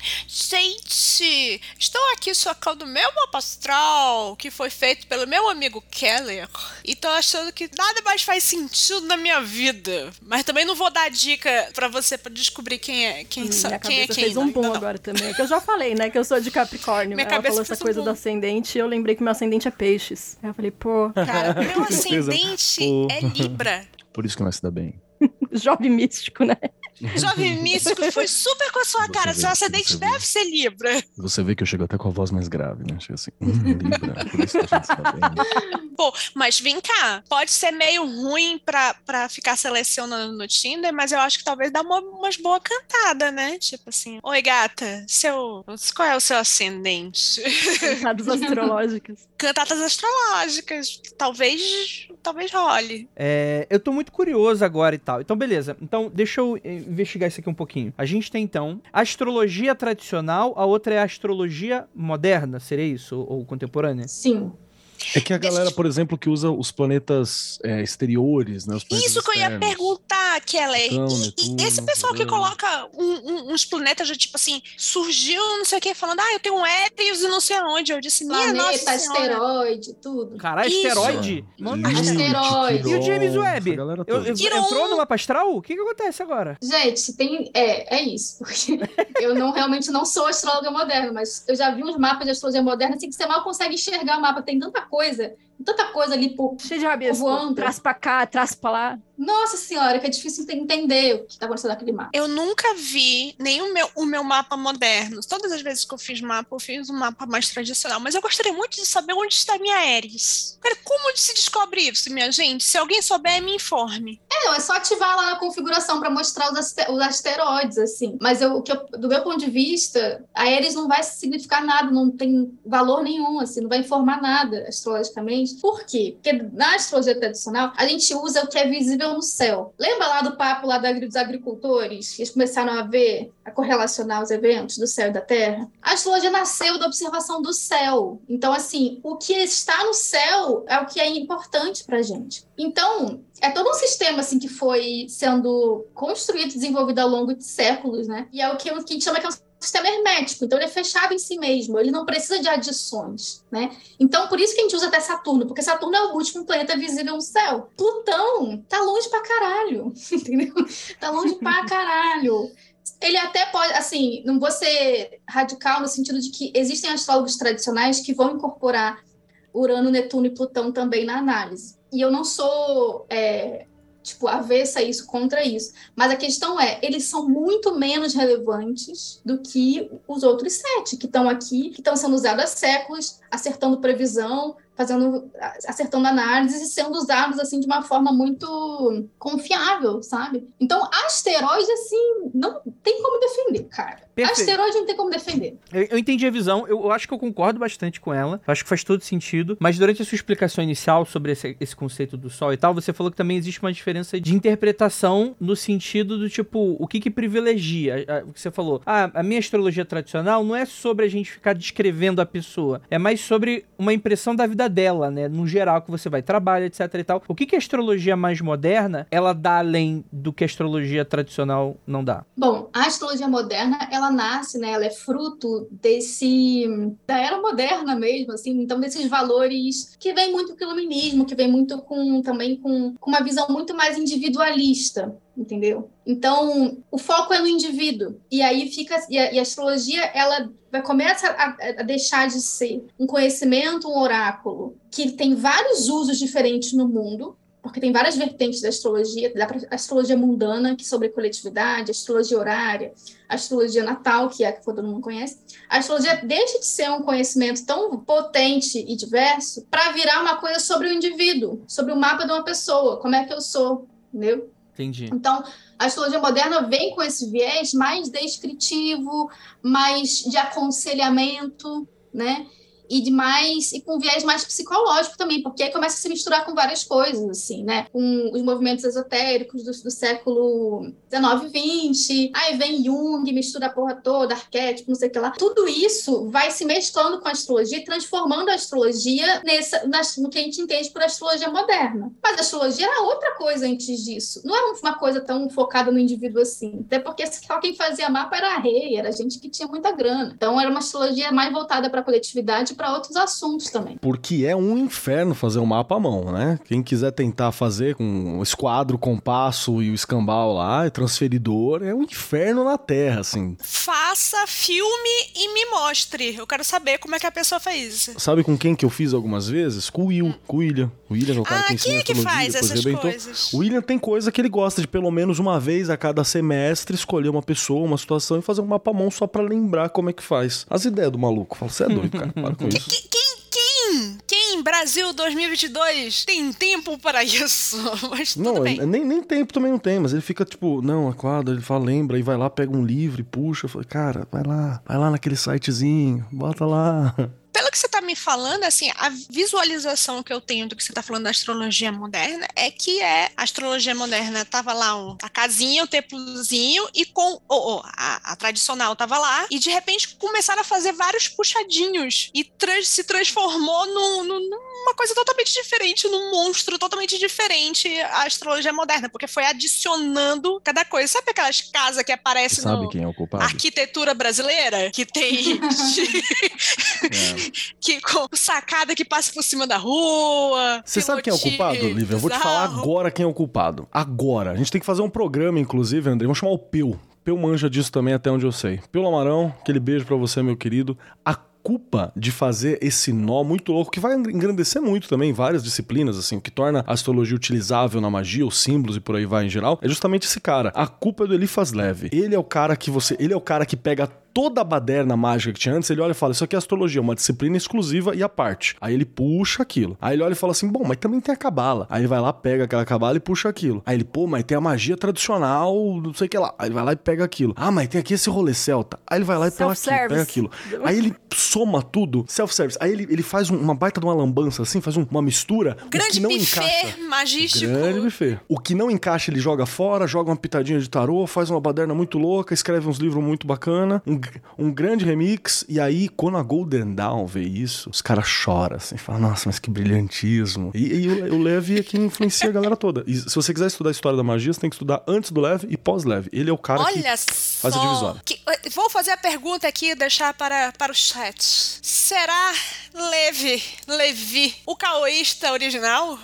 Gente, estou aqui sacando meu mapa astral, que foi feito pelo meu amigo Keller, e tô achando que nada mais faz sentido na minha vida. Mas também não vou dar dica pra você pra descobrir quem é quem, Hum, sa- minha quem, é cabeça quem fez não, um boom ainda não. agora também. É que eu já falei, né? Que eu sou de Capricórnio. Minha Ela cabeça falou essa fez um coisa boom. do ascendente e eu lembrei que meu ascendente é peixes. Aí eu falei, pô, Cara, meu Com certeza. ascendente Pô. é Libra. Por isso que nós se dá bem. jovem místico, né? Jovem místico, foi super com a sua Você cara. vê, Seu ascendente você vê. deve ser Libra. Você vê que eu chego até com a voz mais grave, né? Chega assim, hum, Libra, por isso que a gente se dá bem. Pô, mas vem cá, pode ser meio ruim pra, pra ficar selecionando no Tinder, mas eu acho que talvez dá uma, umas boas cantadas, né? Tipo assim, oi gata, seu, qual é o seu ascendente? Dados astrológicos. Cantatas astrológicas, talvez, talvez role. É, eu tô muito curioso agora e tal. Então, beleza. Então, deixa eu eh, investigar isso aqui um pouquinho. A gente tem, então, a astrologia tradicional, a outra é a astrologia moderna, seria isso? Ou, ou contemporânea? Sim. É que a galera, por exemplo, que usa os planetas é, exteriores, né? Os planetas Isso que eu ia externos. perguntar, Keller. Plutão, E, e Netuno, esse pessoal que Urano. coloca um- um- uns planetas, já, tipo assim, surgiu, não sei o que, falando, ah, eu tenho um Éteos e não sei aonde. Eu disse, minha Planeta, nossa senhora. asteroide, tudo. Caralho, Isso. asteroide? Mano, Gente, Asteroide. e o James Quirón, Webb? essa galera Eu- toda. eu- Quirón. entrou no mapa astral? O que que acontece agora? Gente, tem. É, é isso. Porque eu não realmente não sou astróloga moderna, mas eu já vi uns mapas de astrologia moderna assim que você mal consegue enxergar o mapa. Tem tanta coisa, tanta coisa ali por. Cheio de rabisco. Voando. Traz pra cá, traz pra lá. Nossa senhora, que é difícil entender o que está acontecendo naquele mapa. Eu nunca vi nem o meu, o meu mapa moderno. Todas as vezes que eu fiz mapa, eu fiz um mapa mais tradicional. Mas eu gostaria muito de saber onde está minha Ares. Cara, como se descobre isso, minha gente? Se alguém souber, me informe. É, não, é só ativar lá na configuração para mostrar os, aste- os asteroides, assim. Mas eu, o que eu- do meu ponto de vista, a Ares não vai significar nada, não tem valor nenhum, assim, não vai informar nada astrologicamente. Por quê? Porque na astrologia tradicional, a gente usa o que é visível no céu. Lembra lá do papo lá da- dos agricultores? Que eles começaram a ver, a correlacionar os eventos do céu e da terra? A astrologia nasceu da observação do céu. Então, assim, o que está no céu é o que é importante pra gente. Então, é todo um sistema assim que foi sendo construído e desenvolvido ao longo de séculos, né? E é o que a gente chama que é um sistema hermético, então ele é fechado em si mesmo, ele não precisa de adições, né? Então, por isso que a gente usa até Saturno, porque Saturno é o último planeta visível no céu. Plutão tá longe pra caralho, entendeu? Tá longe pra caralho. Ele até pode, assim, não vou ser radical no sentido de que existem astrólogos tradicionais que vão incorporar Urano, Netuno e Plutão também na análise. E eu não sou, é, tipo, avessa a isso, contra isso. Mas a questão é, eles são muito menos relevantes do que os outros sete que estão aqui, que estão sendo usados há séculos, acertando previsão, fazendo, acertando análises e sendo usados, assim, de uma forma muito confiável, sabe? Então, asteroide, assim, não tem como defender, cara. Perfeito. Asteroide não tem como defender. Eu, eu entendi a visão, eu, eu acho que eu concordo bastante com ela, eu acho que faz todo sentido, mas durante a sua explicação inicial sobre esse, esse conceito do Sol e tal, você falou que também existe uma diferença de interpretação no sentido do tipo, o que que privilegia? A- a- O que você falou, ah, a minha astrologia tradicional não é sobre a gente ficar descrevendo a pessoa, é mais sobre uma impressão da vida dela, né, no geral, que você vai trabalhar, etc e tal. O que que a astrologia mais moderna, ela dá além do que a astrologia tradicional não dá? Bom, a astrologia moderna, ela nasce, né? Ela é fruto desse da era moderna mesmo, assim, então desses valores que vem muito com o iluminismo, que vem muito com também com, com uma visão muito mais individualista, entendeu? Então, o foco é no indivíduo. E aí fica e a, e a astrologia, ela vai começa a, a deixar de ser um conhecimento, um oráculo, que tem vários usos diferentes no mundo, porque tem várias vertentes da astrologia, da astrologia mundana, que é sobre coletividade, a astrologia horária, a astrologia natal, que é a que todo mundo conhece. A astrologia deixa de ser um conhecimento tão potente e diverso para virar uma coisa sobre o indivíduo, sobre o mapa de uma pessoa, como é que eu sou, entendeu? Entendi. Então, a astrologia moderna vem com esse viés mais descritivo, mais de aconselhamento, né? e de mais, e com viés mais psicológico também, porque aí começa a se misturar com várias coisas, assim, né? Com os movimentos esotéricos do, do século dezenove e vinte, aí vem Jung, mistura a porra toda, arquétipo, não sei o que lá. Tudo isso vai se mesclando com a astrologia e transformando a astrologia nessa, nas, no que a gente entende por astrologia moderna. Mas a astrologia era outra coisa antes disso. Não era uma coisa tão focada no indivíduo assim. Até porque só quem fazia mapa era rei, era gente que tinha muita grana. Então era uma astrologia mais voltada para a coletividade e para outros assuntos também. Porque é um inferno fazer um mapa à mão, né? Quem quiser tentar fazer com o esquadro, o compasso e o escambau lá, transferidor, é um inferno na Terra, assim. Faça filme e me mostre. Eu quero saber como é que a pessoa faz isso. Sabe com quem que eu fiz algumas vezes? Com o Will, hum. com o William. O William é o cara ah, que ensina quem é que astrologia, faz essas rebentou. coisas? O William tem coisa que ele gosta de pelo menos uma vez a cada semestre escolher uma pessoa, uma situação e fazer um mapa à mão só pra lembrar como é que faz. As ideias do maluco. Fala, você é doido, cara. Para com isso. Quem, quem, quem, quem, Brasil dois mil e vinte e dois, tem tempo para isso? Mas tudo não, bem. Nem, nem tempo também não tem, mas ele fica tipo, não, quadro, ele fala, lembra, e vai lá, pega um livro e puxa. Eu falo, cara, vai lá, vai lá naquele sitezinho, bota lá. Pelo que você está me falando, assim, a visualização que eu tenho do que você está falando da astrologia moderna é que é, a astrologia moderna tava lá, um, a casinha, o templozinho, e com, oh, oh, a, a tradicional tava lá, e de repente começaram a fazer vários puxadinhos, e trans, se transformou num, num, numa coisa totalmente diferente, num monstro totalmente diferente a astrologia moderna, porque foi adicionando cada coisa. Sabe aquelas casas que aparecem Sabe no quem é o culpado? Arquitetura brasileira? Que tem... é. Que com sacada que passa por cima da rua. Você sabe quem é o culpado, Lívia? Eu vou te falar agora quem é o culpado. Agora. A gente tem que fazer um programa, inclusive, André. Vamos chamar o Peu. Peu manja disso também, até onde eu sei. Peu Lamarão, aquele beijo pra você, meu querido. A culpa de fazer esse nó muito louco, que vai engrandecer muito também várias disciplinas, assim, o que torna a astrologia utilizável na magia, os símbolos e por aí vai em geral, é justamente esse cara. A culpa é do Eliphas Levi. Ele é o cara que você... Ele é o cara que pega toda a baderna mágica que tinha antes, ele olha e fala, isso aqui é astrologia, uma disciplina exclusiva e à parte. Aí ele puxa aquilo. Aí ele olha e fala assim, bom, mas também tem a cabala. Aí ele vai lá, pega aquela cabala e puxa aquilo. Aí ele, pô, mas tem a magia tradicional, não sei o que lá. Aí ele vai lá e pega aquilo. Ah, mas tem aqui esse rolê celta. Aí ele vai lá e pega aquilo, pega aquilo. Aí ele soma tudo, self-service. Aí ele, ele faz um, uma baita de uma lambança, assim, faz um, uma mistura. Grande o que não buffet encaixa. magístico. Grande buffet. O que não encaixa, ele joga fora, joga uma pitadinha de tarô, faz uma baderna muito louca, escreve uns livros muito bacana, um, um grande remix, e aí, quando a Golden Dawn vê isso, os caras choram, assim, falam, nossa, mas que brilhantismo. E, e o, o Levi é quem influencia a galera toda. E se você quiser estudar a história da magia, você tem que estudar antes do Levi e pós-Levi. Ele é o cara Olha que só, faz a divisória. Que, vou fazer a pergunta aqui e deixar para, para o chat. Será Levi, Levi, o caoísta original?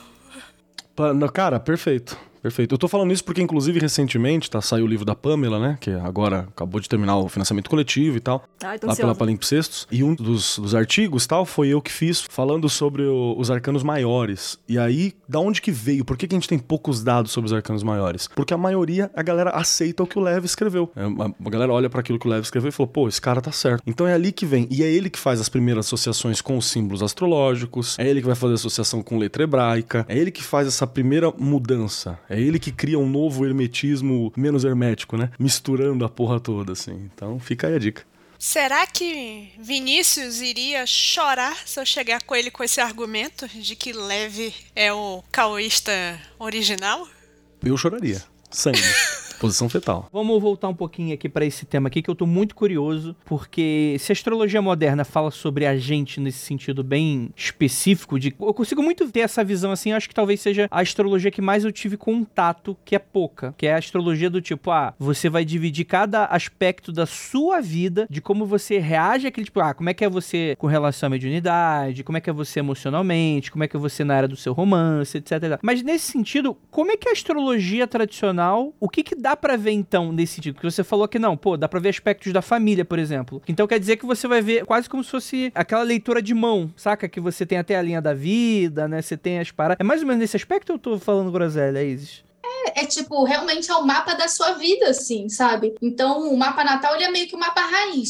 Cara, perfeito. Perfeito. Eu tô falando isso porque, inclusive, recentemente, tá, saiu o livro da Pamela, né? Que agora acabou de terminar o financiamento coletivo e tal. Ai, tô lá ansiosa. pela Palimpsestos. E um dos, dos artigos, tal, foi eu que fiz, falando sobre o, os arcanos maiores. E aí, da onde que veio? Por que, que a gente tem poucos dados sobre os arcanos maiores? Porque a maioria, a galera aceita o que o Levi escreveu. A, a galera olha para aquilo que o Levi escreveu e falou, pô, esse cara tá certo. Então é ali que vem. E é ele que faz as primeiras associações com os símbolos astrológicos. É ele que vai fazer associação com letra hebraica. É ele que faz essa primeira mudança. É ele que cria um novo hermetismo menos hermético, né? Misturando a porra toda, assim. Então, fica aí a dica. Será que Vinícius iria chorar se eu chegar com ele com esse argumento de que Levi é o caoísta original? Eu choraria. Sangue. Posição fetal. Vamos voltar um pouquinho aqui pra esse tema aqui, que eu tô muito curioso, porque se a astrologia moderna fala sobre a gente nesse sentido bem específico, de, eu consigo muito ter essa visão assim, acho que talvez seja a astrologia que mais eu tive contato, que é pouca, que é a astrologia do tipo, ah, você vai dividir cada aspecto da sua vida, de como você reage àquele tipo, ah, como é que é você com relação à mediunidade, como é que é você emocionalmente, como é que é você na área do seu romance, etcétera. Mas nesse sentido, como é que a astrologia tradicional, o que que dá pra ver então nesse sentido? Porque você falou que não, pô, dá pra ver aspectos da família, por exemplo. Então quer dizer que você vai ver quase como se fosse aquela leitura de mão, saca? Que você tem até a linha da vida, né? Você tem as paradas. É mais ou menos nesse aspecto ou eu tô falando groselha, Isis? É, é tipo, realmente é o mapa da sua vida, assim, sabe? Então, o mapa natal, ele é meio que o mapa raiz.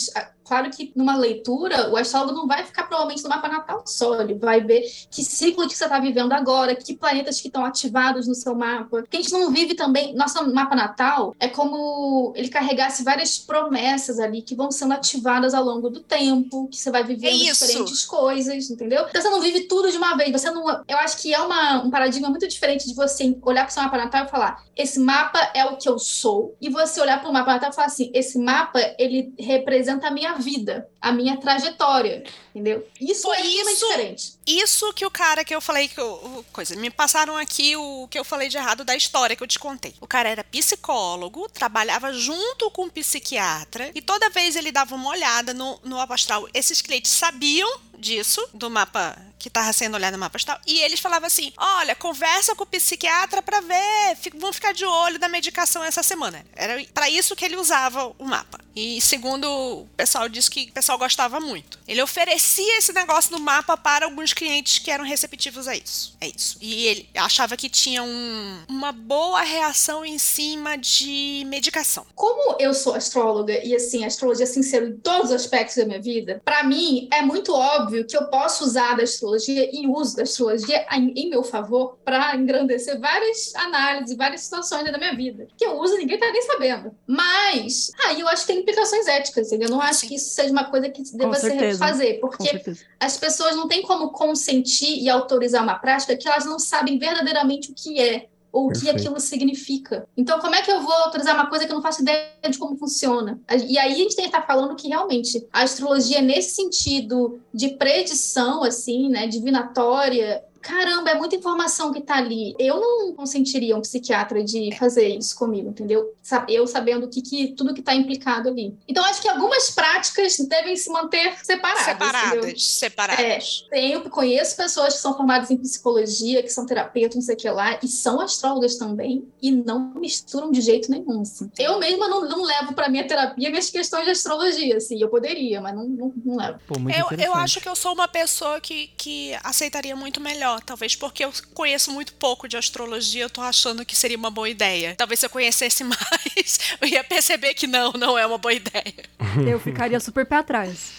Claro que numa leitura, o astrólogo não vai ficar provavelmente no mapa natal só, ele vai ver que ciclo que você está vivendo agora, que planetas que estão ativados no seu mapa. Porque a gente não vive também... Nosso mapa natal é como ele carregasse várias promessas ali que vão sendo ativadas ao longo do tempo, que você vai vivendo É isso. diferentes coisas, entendeu? Então você não vive tudo de uma vez. Você não... Eu acho que é uma, um paradigma muito diferente de você olhar para o seu mapa natal e falar, esse mapa é o que eu sou, e você olhar para o mapa natal e falar assim, esse mapa, ele representa a minha vida, a minha trajetória, entendeu? Isso Foi é extremamente isso- diferente. Isso que o cara que eu falei que eu, coisa, me passaram aqui o que eu falei de errado da história que eu te contei. O cara era psicólogo, trabalhava junto com um psiquiatra e toda vez ele dava uma olhada no, no mapa astral. Esses clientes sabiam disso, do mapa que estava sendo olhado no mapa astral, e eles falavam assim, olha, conversa com o psiquiatra pra ver, fica, vão ficar de olho da medicação essa semana. Era pra isso que ele usava o mapa. E segundo o pessoal disse que o pessoal gostava muito. Ele oferecia esse negócio do mapa para alguns clientes que eram receptivos a isso. É isso. E ele achava que tinha um, uma boa reação em cima de medicação. Como eu sou astróloga e, assim, a astrologia se insere em todos os aspectos da minha vida, pra mim é muito óbvio que eu posso usar da astrologia e uso da astrologia em, em meu favor pra engrandecer várias análises, várias situações da minha vida. Que eu uso e ninguém tá nem sabendo. Mas, aí eu acho que tem implicações éticas, entendeu? Eu não acho Sim. que isso seja uma coisa que Com deva ser certeza. fazer, Com porque certeza. as pessoas não têm como consentir e autorizar uma prática que elas não sabem verdadeiramente o que é, ou o que Perfeito. aquilo significa. Então, como é que eu vou autorizar uma coisa que eu não faço ideia de como funciona? E aí a gente tem que estar falando que realmente a astrologia, nesse sentido de predição, assim, né, divinatória, caramba, é muita informação que tá ali. Eu não consentiria um psiquiatra de fazer isso comigo, entendeu? Sa- Eu sabendo o que, que, tudo que tá implicado ali. Então, acho que algumas práticas devem se manter separadas. entendeu? Separadas, separadas. É, tenho, conheço pessoas que são formadas em psicologia, que são terapeutas, não sei o que lá, e são astrólogas também, e não misturam de jeito nenhum, assim. Eu mesma não, não levo pra minha terapia minhas questões de astrologia, assim, eu poderia, mas não, não, não levo. Pô, muito Eu, eu interessante. acho que eu sou uma pessoa que, que aceitaria muito melhor. Talvez porque eu conheço muito pouco de astrologia, eu tô achando que seria uma boa ideia. Talvez se eu conhecesse mais, eu ia perceber que não, não é uma boa ideia. Eu ficaria super pé atrás.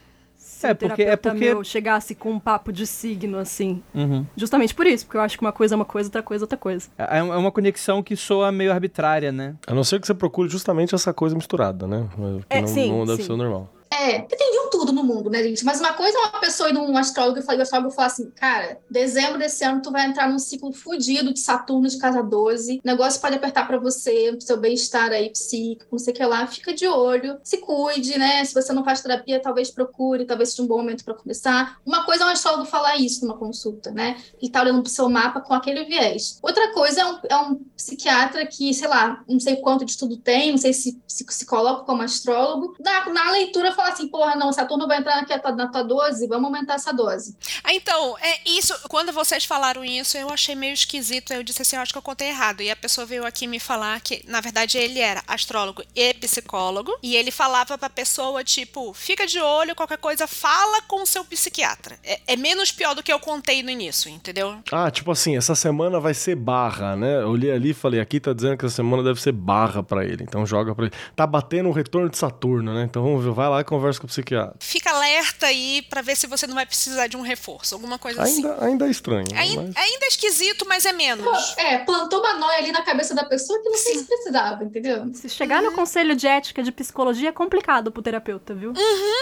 Se É, o porque- é terapeuta porque- meu chegasse com um papo de signo, assim. Uhum. Justamente por isso, porque eu acho que uma coisa é uma coisa, outra coisa é outra coisa. É é uma conexão que soa meio arbitrária, né? A não ser que você procure justamente essa coisa misturada, né? Que É, não, sim, não deve sim. ser o normal. É, porque tem de um tudo no mundo, né, gente? Mas uma coisa é uma pessoa ir num astrólogo e falar, o astrólogo falar assim, cara, dezembro desse ano tu vai entrar num ciclo fudido de Saturno de casa doze, o negócio pode apertar pra você, pro seu bem-estar aí psíquico, não sei o que lá, fica de olho, se cuide, né? Se você não faz terapia, talvez procure, talvez seja um bom momento pra começar. Uma coisa é um astrólogo falar isso numa consulta, né? Ele tá olhando pro seu mapa com aquele viés. Outra coisa é um, é um psiquiatra que, sei lá, não sei quanto de estudo tem, não sei se se, se coloca como astrólogo, na, na leitura fala assim, porra, não, Saturno vai entrar aqui na tua dose, vamos aumentar essa dose. Ah, então, é isso. Quando vocês falaram isso, eu achei meio esquisito. Eu disse assim, eu acho que eu contei errado. E a pessoa veio aqui me falar que, na verdade, ele era astrólogo e psicólogo. E ele falava pra pessoa, tipo, fica de olho, qualquer coisa, fala com o seu psiquiatra. É, é menos pior do que eu contei no início, entendeu? Ah, tipo assim, essa semana vai ser barra, né? Eu olhei ali e falei, aqui tá dizendo que essa semana deve ser barra pra ele. Então joga pra ele. Tá batendo o retorno de Saturno, né? Então vamos ver, vai lá e conversa com o psiquiatra. Fica alerta aí pra ver se você não vai precisar de um reforço, alguma coisa assim. Ainda, ainda é estranho. né? Ainda, Mas... ainda é esquisito, mas é menos. É, plantou uma nóia ali na cabeça da pessoa que não sei se precisava, entendeu? Se chegar no conselho de ética de psicologia é complicado pro terapeuta, viu?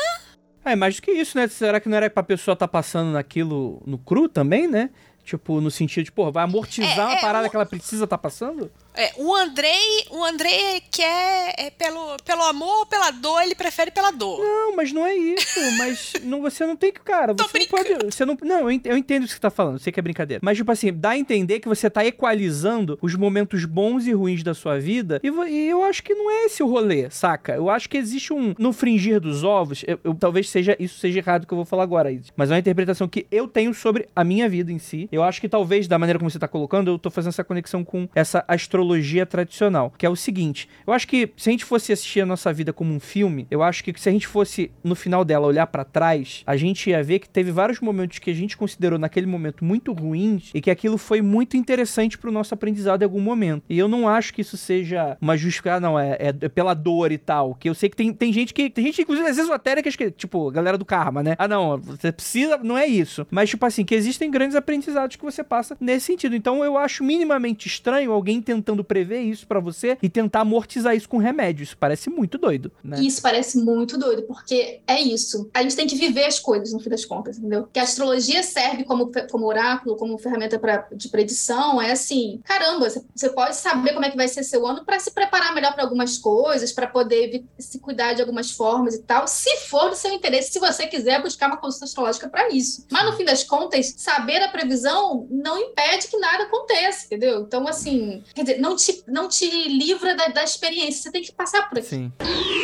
É, mais do que isso, né? Será que não era pra pessoa estar passando naquilo no cru também, né? Tipo, no sentido de, pô, vai amortizar É, uma é, parada o- que ela precisa estar passando? É, o Andrei, o Andrei quer é, pelo, pelo amor ou pela dor, ele prefere pela dor. Não, mas não é isso. Mas não, você não tem que, cara, Tô você não pode. Você não, não, eu ent- eu entendo o que você tá falando, eu sei que é brincadeira. Mas, tipo assim, dá a entender que você tá equalizando os momentos bons e ruins da sua vida. E, vo- e eu acho que não é esse o rolê, saca? Eu acho que existe um. No fringir dos ovos, eu, eu- talvez seja isso seja errado que eu vou falar agora, Isis. Mas é uma interpretação que eu tenho sobre a minha vida em si. Eu acho que talvez, da maneira como você tá colocando, eu tô fazendo essa conexão com essa astrologia astrologia tradicional, que é o seguinte, eu acho que se a gente fosse assistir a nossa vida como um filme, eu acho que se a gente fosse, no final dela, olhar pra trás, a gente ia ver que teve vários momentos que a gente considerou naquele momento muito ruins e que aquilo foi muito interessante pro nosso aprendizado em algum momento. E eu não acho que isso seja uma justificação, não, é, é pela dor e tal, que eu sei que tem, tem gente que, tem gente, inclusive, as esotéricas, que, tipo, a galera do karma, né? Ah, não, você precisa, não é isso. Mas, tipo assim, que existem grandes aprendizados que você passa nesse sentido. Então, eu acho minimamente estranho alguém tentando prever isso pra você e tentar amortizar isso com remédio. Isso parece muito doido, né? Isso parece muito doido, porque é isso. A gente tem que viver as coisas, no fim das contas, entendeu? Que a astrologia serve como, como oráculo, como ferramenta pra, de predição, é assim, caramba, você pode saber como é que vai ser seu ano pra se preparar melhor pra algumas coisas, pra poder se cuidar de algumas formas e tal, se for do seu interesse, se você quiser buscar uma consulta astrológica pra isso. Mas, no fim das contas, saber a previsão não impede que nada aconteça, entendeu? Então, assim, quer dizer, não te, não te livra da, da experiência, você tem que passar por aqui. Sim.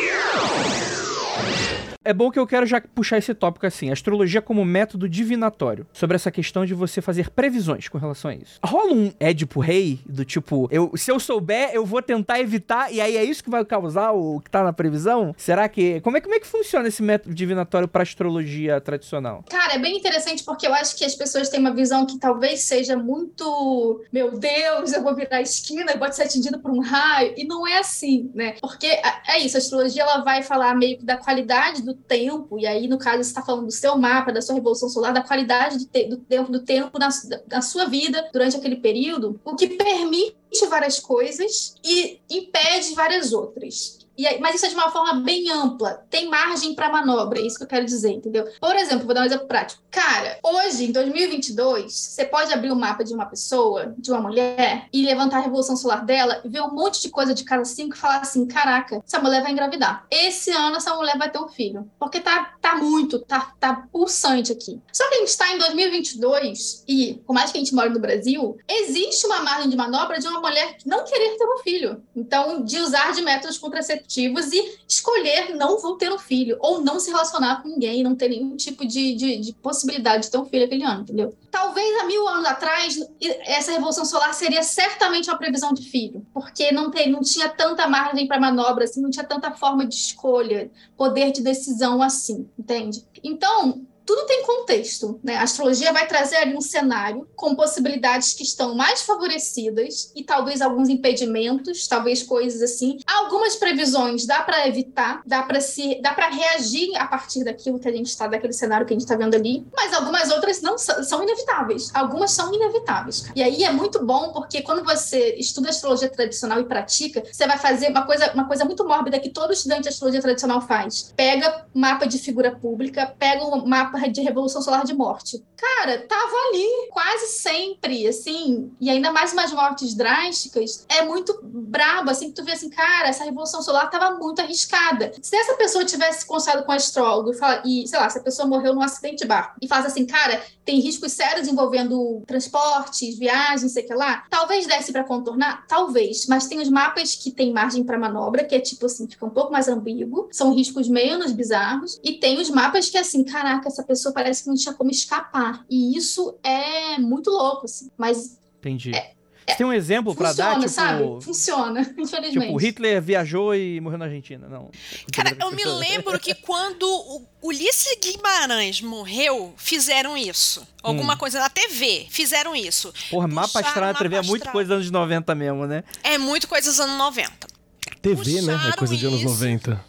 É bom que eu quero já puxar esse tópico assim, astrologia como método divinatório, sobre essa questão de você fazer previsões com relação a isso. Rola um Édipo Rei, do tipo, eu, se eu souber, eu vou tentar evitar, e aí é isso que vai causar o que tá na previsão? Será que... Como é, como é que funciona esse método divinatório pra astrologia tradicional? Cara, é bem interessante porque eu acho que as pessoas têm uma visão que talvez seja muito, meu Deus, eu vou virar a esquina e pode ser atingido por um raio, e não é assim, né? Porque é isso, a astrologia ela vai falar meio que da qualidade do tempo, e aí no caso você está falando do seu mapa, da sua revolução solar, da qualidade do, te, do tempo, do tempo na, na sua vida durante aquele período, o que permite várias coisas e impede várias outras. E aí, mas isso é de uma forma bem ampla. Tem margem para manobra, é isso que eu quero dizer, entendeu? Por exemplo, vou dar um exemplo prático. Cara, hoje, em dois mil e vinte e dois, você pode abrir o um mapa de uma pessoa, de uma mulher, e levantar a revolução solar dela, e ver um monte de coisa de casa cinco e falar assim, caraca, essa mulher vai engravidar. Esse ano, essa mulher vai ter um filho. Porque tá, tá muito, tá, tá pulsante aqui. Só que a gente está em dois mil e vinte e dois, e por mais que a gente mora no Brasil, existe uma margem de manobra de uma mulher não querer ter um filho. Então, de usar de métodos contraceptivos e escolher não vou ter um filho, ou não se relacionar com ninguém, não ter nenhum tipo de, de, de possibilidade de ter um filho aquele ano, entendeu? Talvez há mil anos atrás, essa revolução solar seria certamente uma previsão de filho, porque não, tem, não tinha tanta margem para manobra, assim, não tinha tanta forma de escolha, poder de decisão assim, entende? Então, tudo tem contexto, né? A astrologia vai trazer ali um cenário com possibilidades que estão mais favorecidas e talvez alguns impedimentos, talvez coisas assim. Algumas previsões dá para evitar, dá para se, dá para reagir a partir daquilo que a gente está, daquele cenário que a gente está vendo ali, mas algumas outras não são, são inevitáveis. Algumas são inevitáveis. E aí é muito bom porque quando você estuda astrologia tradicional e pratica, você vai fazer uma coisa, uma coisa muito mórbida que todo estudante de astrologia tradicional faz. Pega mapa de figura pública, pega um mapa de revolução solar de morte. Cara, tava ali quase sempre, assim, e ainda mais umas mortes drásticas, é muito brabo, assim, que tu vê assim, cara, essa revolução solar tava muito arriscada. Se essa pessoa tivesse consultado com um astrólogo e, fala, e, sei lá, se a pessoa morreu num acidente de barco e fala assim, cara, tem riscos sérios envolvendo transportes, viagens, não sei o que lá, talvez desse pra contornar? Talvez, mas tem os mapas que tem margem pra manobra, que é tipo assim, fica um pouco mais ambíguo, são riscos menos bizarros, e tem os mapas que assim, caraca, essa pessoa parece que não tinha como escapar. E isso é muito louco, assim. Mas... Entendi. É, Você tem um exemplo pra dar, tipo... sabe? Funciona, infelizmente. Tipo, Hitler viajou e morreu na Argentina, não. Cara, eu me lembro que quando o Ulisses Guimarães morreu, fizeram isso. Alguma hum. coisa na T V, fizeram isso. Porra, mapa astral na T V é muito coisa dos anos noventa mesmo, né? É muito coisa dos anos noventa. T V, puxaram, né? É coisa de anos isso. noventa.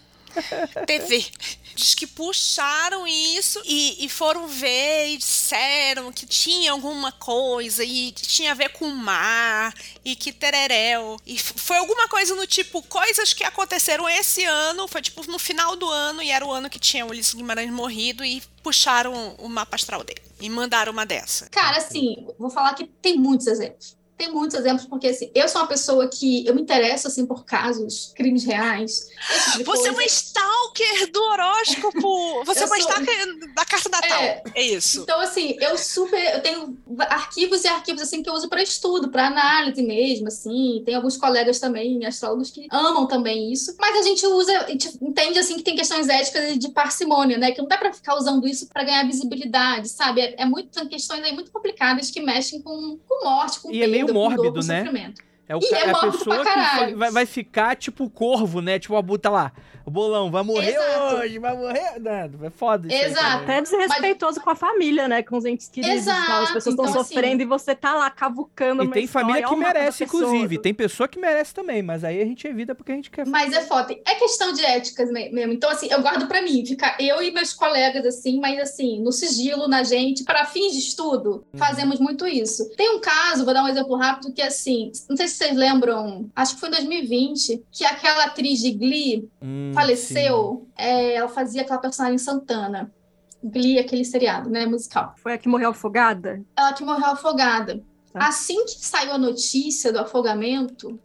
T V. Diz que puxaram isso e, e foram ver e disseram que tinha alguma coisa e tinha a ver com o mar e que tereréu. E foi alguma coisa no tipo, coisas que aconteceram esse ano, foi tipo no final do ano e era o ano que tinha o Ulisses Guimarães morrido e puxaram o mapa astral dele e mandaram uma dessa. Cara, assim, vou falar que tem muitos exemplos. Tem muitos exemplos, porque assim, eu sou uma pessoa que eu me interesso assim, por casos, crimes reais. Tipo Você coisa. é uma stalker do horóscopo. Você eu é uma sou... stalker da carta natal. É... é isso. Então, assim, eu super. Eu tenho arquivos e arquivos assim que eu uso para estudo, para análise mesmo. Assim. Tem alguns colegas também, astrólogos, que amam também isso. Mas a gente usa, a gente entende assim que tem questões éticas e de parcimônia, né? Que não dá para ficar usando isso para ganhar visibilidade, sabe? É, é muito, são questões aí muito complicadas que mexem com, com morte, com e é meio mórbido, né? É, o E ca- é é a morto pessoa pra que caralho. vai, vai ficar tipo o corvo, né? Tipo, a buta lá. O bolão, vai morrer Exato. hoje, vai morrer. Não, é foda isso. aí Exato. também. Até desrespeitoso com a família, né? Com os entes queridos. e tal. As Exato, pessoas estão então, sofrendo assim- e você tá lá cavucando E uma tem família história, que ó, o mapa da merece, pessoa. inclusive. Tem pessoa que merece também, mas aí a gente evita porque a gente quer. Mas é foda. É questão de éticas me- mesmo. Então, assim, eu guardo pra mim, fica eu e meus colegas, assim, mas assim, no sigilo, na gente, para fins de estudo, fazemos muito isso. Tem um caso, vou dar um exemplo rápido, que assim, não sei se vocês lembram, acho que foi em dois mil e vinte, que aquela atriz de Glee Hum, faleceu. É, ela fazia aquela personagem Santana. Glee, aquele seriado, né, musical. Foi a que morreu afogada? Ela que morreu afogada. Tá. Assim que saiu a notícia do afogamento,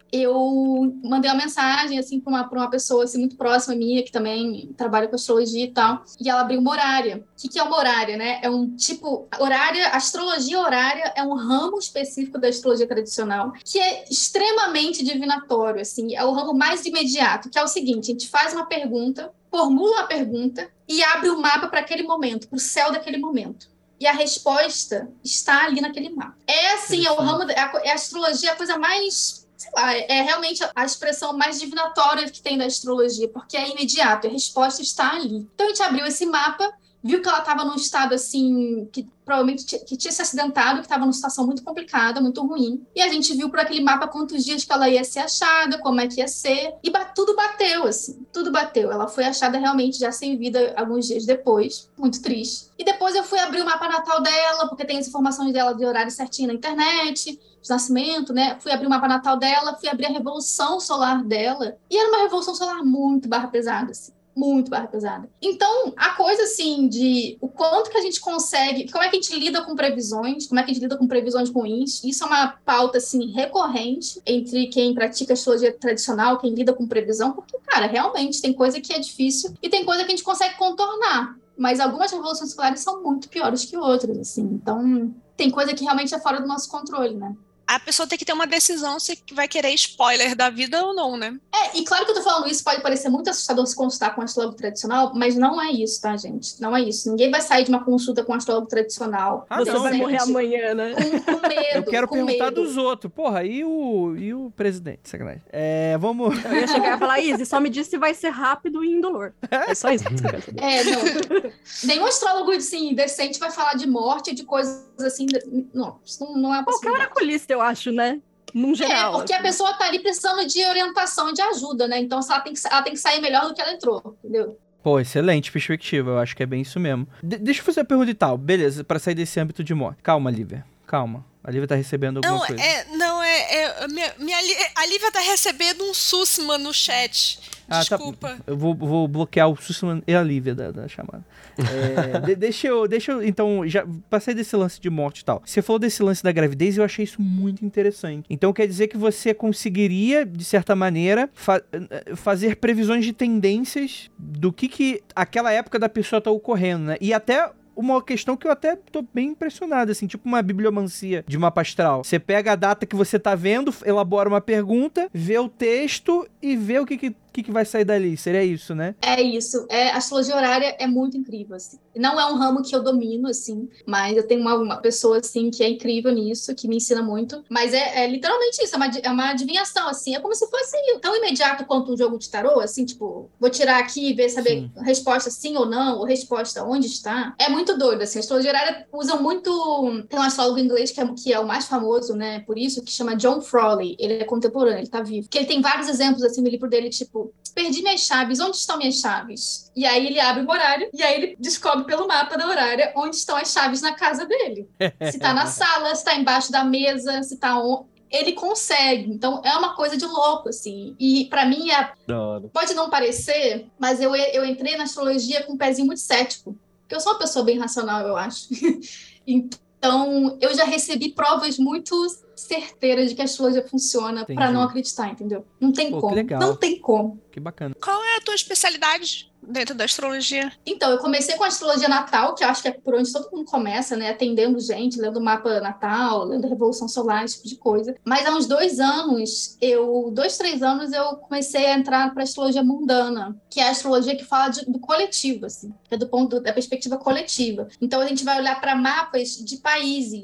eu mandei uma mensagem assim para uma, pra uma pessoa assim, muito próxima minha, que também trabalha com astrologia e tal, e ela abriu uma horária. O que, que é uma horária, né? É um tipo... Horária, astrologia horária é um ramo específico da astrologia tradicional, que é extremamente divinatório, assim, é o ramo mais imediato, que é o seguinte, a gente faz uma pergunta, formula uma pergunta e abre o mapa para aquele momento, para o céu daquele momento. E a resposta está ali naquele mapa. É assim, é o ramo, da, é a astrologia, a coisa mais, sei lá, é realmente a expressão mais divinatória que tem da astrologia, porque é imediato, a resposta está ali. Então a gente abriu esse mapa, viu que ela estava num estado assim, que provavelmente tinha, que tinha se acidentado, que estava numa situação muito complicada, muito ruim. E a gente viu por aquele mapa quantos dias que ela ia ser achada, como é que ia ser. E ba- tudo bateu, assim, tudo bateu. Ela foi achada realmente já sem vida alguns dias depois, muito triste. E depois eu fui abrir o mapa natal dela, porque tem as informações dela de horário certinho na internet, de nascimento, né? Fui abrir o mapa natal dela, fui abrir a revolução solar dela. E era uma revolução solar muito barra pesada, assim. Muito barra pesada. Então, a coisa, assim, de o quanto que a gente consegue... Como é que a gente lida com previsões? Como é que a gente lida com previsões ruins? Isso é uma pauta, assim, recorrente entre quem pratica astrologia tradicional, quem lida com previsão, porque, cara, realmente tem coisa que é difícil e tem coisa que a gente consegue contornar. Mas algumas revoluções solares são muito piores que outras, assim. Então, tem coisa que realmente é fora do nosso controle, né? A pessoa tem que ter uma decisão se vai querer spoiler da vida ou não, né? É, e claro que eu tô falando isso, pode parecer muito assustador se consultar com um astrólogo tradicional, mas não é isso, tá, gente? Não é isso. Ninguém vai sair de uma consulta com um astrólogo tradicional. Ah, Você não, vai gente, morrer amanhã, né? Com, com medo, Eu quero com perguntar medo. dos outros. Porra, e o, e o presidente? Sacanagem. É, vamos. Eu ia chegar e falar, Izzy, só me diz se vai ser rápido e indolor. É só isso que eu quero saber. É, não. Nenhum astrólogo, assim, decente vai falar de morte, de coisas assim... Não, isso não, não é Qualquer possibilidade. oraculista, eu acho, né? Num geral. É, porque assim. a pessoa tá ali precisando de orientação e de ajuda, né? Então, ela tem, que, ela tem que sair melhor do que ela entrou, entendeu? Pô, excelente perspectiva. Eu acho que é bem isso mesmo. De- deixa eu fazer uma pergunta e tal. Beleza, pra sair desse âmbito de morte. Calma, Lívia. Calma. A Lívia tá recebendo alguma Não, coisa. é, não, é, é minha, minha, Li- a Lívia tá recebendo um Sussman no chat. Ah, Desculpa. Tá, eu vou, vou bloquear o Sussman e a Lívia da, da chamada. É, de- deixa eu, deixa eu, então, já passei desse lance de morte e tal. Você falou desse lance da gravidez e eu achei isso muito interessante. Então quer dizer que você conseguiria, de certa maneira, fa- fazer previsões de tendências do que que aquela época da pessoa tá ocorrendo, né? E até... uma questão que eu até tô bem impressionado, assim, tipo uma bibliomancia de mapa astral. Você pega a data que você tá vendo, elabora uma pergunta, vê o texto e vê o que que, que, que vai sair dali. Seria isso, né? É isso. É, a astrologia horária é muito incrível, assim. Não é um ramo que eu domino, assim, mas eu tenho uma, uma pessoa, assim, que é incrível nisso, que me ensina muito. Mas é, é literalmente isso, é uma, é uma adivinhação, assim. É como se fosse tão imediato quanto um jogo de tarô, assim, tipo, vou tirar aqui e ver, saber Sim. a resposta sim ou não, ou resposta onde está. É muito doido, assim. A astrologia horária usa muito... Tem um astrólogo inglês que é, que é o mais famoso, né, por isso, que chama John Frawley. Ele é contemporâneo, ele tá vivo. Que ele tem vários exemplos, assim, no livro dele, tipo, perdi minhas chaves, onde estão minhas chaves? E aí ele abre o horário, e aí ele descobre pelo mapa da horária onde estão as chaves na casa dele. Se tá na sala, se tá embaixo da mesa, se tá on... Ele consegue. Então, é uma coisa de louco, assim. E pra mim, é... Da hora. pode não parecer, mas eu, eu entrei na astrologia com um pezinho muito cético. Porque eu sou uma pessoa bem racional, eu acho. Então, eu já recebi provas muito certeiras de que a astrologia funciona Entendi. pra não acreditar, entendeu? Não tem Pô, que como. legal. Não tem como. Que bacana. Qual é a tua especialidade dentro da astrologia? Então, eu comecei com a astrologia natal, que eu acho que é por onde todo mundo começa, né? Atendendo gente, lendo o mapa natal, lendo a Revolução Solar, esse tipo de coisa. Mas há uns dois anos, eu, dois, três anos, eu comecei a entrar para a astrologia mundana, que é a astrologia que fala de, do coletivo, assim, que é do ponto da perspectiva coletiva. Então, a gente vai olhar para mapas de países.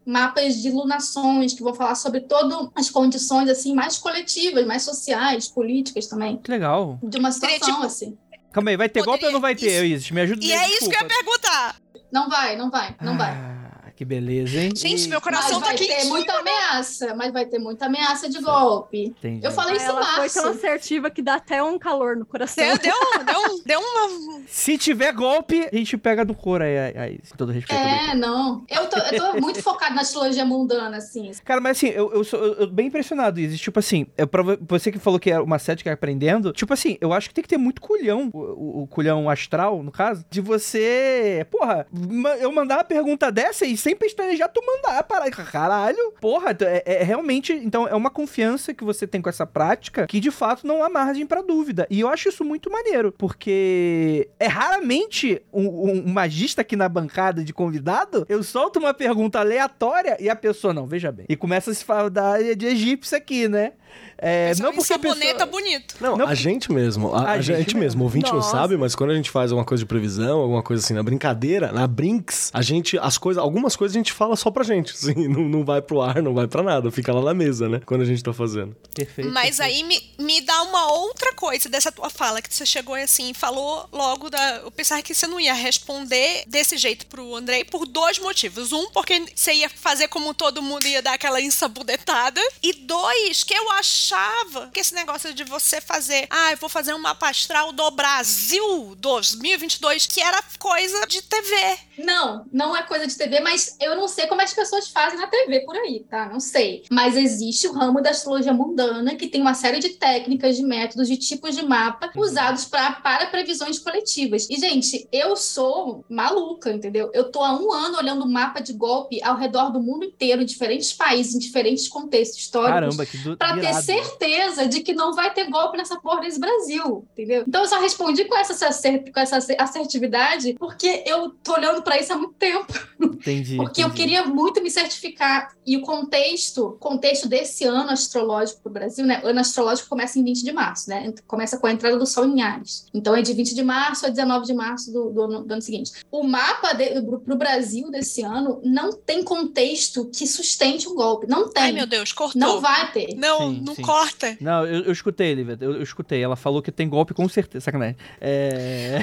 mapas de lunações, que vão falar sobre todas as condições, assim, mais coletivas, mais sociais, políticas também. Que legal. De uma situação, Seria, tipo, assim. Calma aí, vai ter golpe ou não vai ter, isso. Isis? Me ajuda. E me é desculpa. isso que eu ia perguntar. Não vai, não vai, não vai. Ah, que beleza, hein? Gente, E- meu coração Mas tá vai ter quentinho. muita ameaça, mas vai ter muita ameaça de golpe. Entendi. Eu falei isso em Ela foi tão março. assertiva que dá até um calor no coração. Deu, deu, deu, deu uma... Se tiver golpe, a gente pega do couro aí, aí, com todo respeito. tô brincando. É, não. Eu tô, eu tô muito focado na astrologia mundana, assim. Cara, mas assim, eu, eu sou eu, eu bem impressionado, Isis. Tipo assim, é pra vo- você que falou que é uma cética aprendendo, tipo assim, eu acho que tem que ter muito culhão, o, o, o culhão astral, no caso, de você, porra, ma- eu mandar uma pergunta dessa e sem pestanejar tu mandar, para caralho, porra, é, é realmente, então é uma confiança que você tem com essa prática que de fato não há margem pra dúvida. E eu acho isso muito maneiro, porque é raramente um, um, um magista aqui na bancada de convidado, eu solto uma pergunta aleatória e a pessoa, não, veja bem, e começa a se falar de egípcio aqui, né? É, Esse é não um porque a saboneta pessoa... bonito. Não, Não, a gente mesmo, a, A a gente gente, mesmo. mesmo, o ouvinte não Nossa. sabe, mas quando a gente faz alguma coisa de previsão, alguma coisa assim, na brincadeira, na Brinks, a gente, as coisas, algumas coisas a gente fala só pra gente, assim, não, não vai pro ar, não vai pra nada, fica lá na mesa, né, quando a gente tá fazendo. Perfeito. Mas aí me, me dá uma outra coisa dessa tua fala, que você chegou assim, falou logo da... Eu pensava que você não ia responder desse jeito pro Andrei por dois motivos. Um, porque você ia fazer como todo mundo, ia dar aquela ensabonetada. E dois, que eu achava que esse negócio de você fazer, ah, eu vou fazer um mapa astral do Brasil dois mil e vinte e dois, que era coisa de T V. Não, não é coisa de T V, mas eu não sei como as pessoas fazem na T V por aí, tá? Não sei. Mas existe o ramo da astrologia mundana, que tem uma série de técnicas, de métodos, de tipos de mapa usados pra, para previsões coletivas. E, gente, eu sou maluca, entendeu? Eu tô há um ano olhando mapa de golpe ao redor do mundo inteiro, em diferentes países, em diferentes contextos históricos. Caramba, que do... Pra ter irado. certeza de que não vai ter golpe nessa porra desse Brasil, entendeu? Então eu só respondi com essa, acer- com essa assertividade porque eu tô olhando pra isso há muito tempo. Entendi. Porque eu entendi. queria muito me certificar. E o contexto, contexto desse ano astrológico pro Brasil, né? O ano astrológico começa em vinte de março, né? Começa com a entrada do Sol em Áries. Então é de vinte de março a dezenove de março do, do, ano, do ano seguinte. O mapa de, pro Brasil desse ano não tem contexto que sustente um golpe. Não tem. Ai, meu Deus, cortou. Não vai ter. Não, Sim, não sim. corta. Não, eu, eu escutei, Lívia, eu, eu escutei. Ela falou que tem golpe com certeza. Sacanagem. É...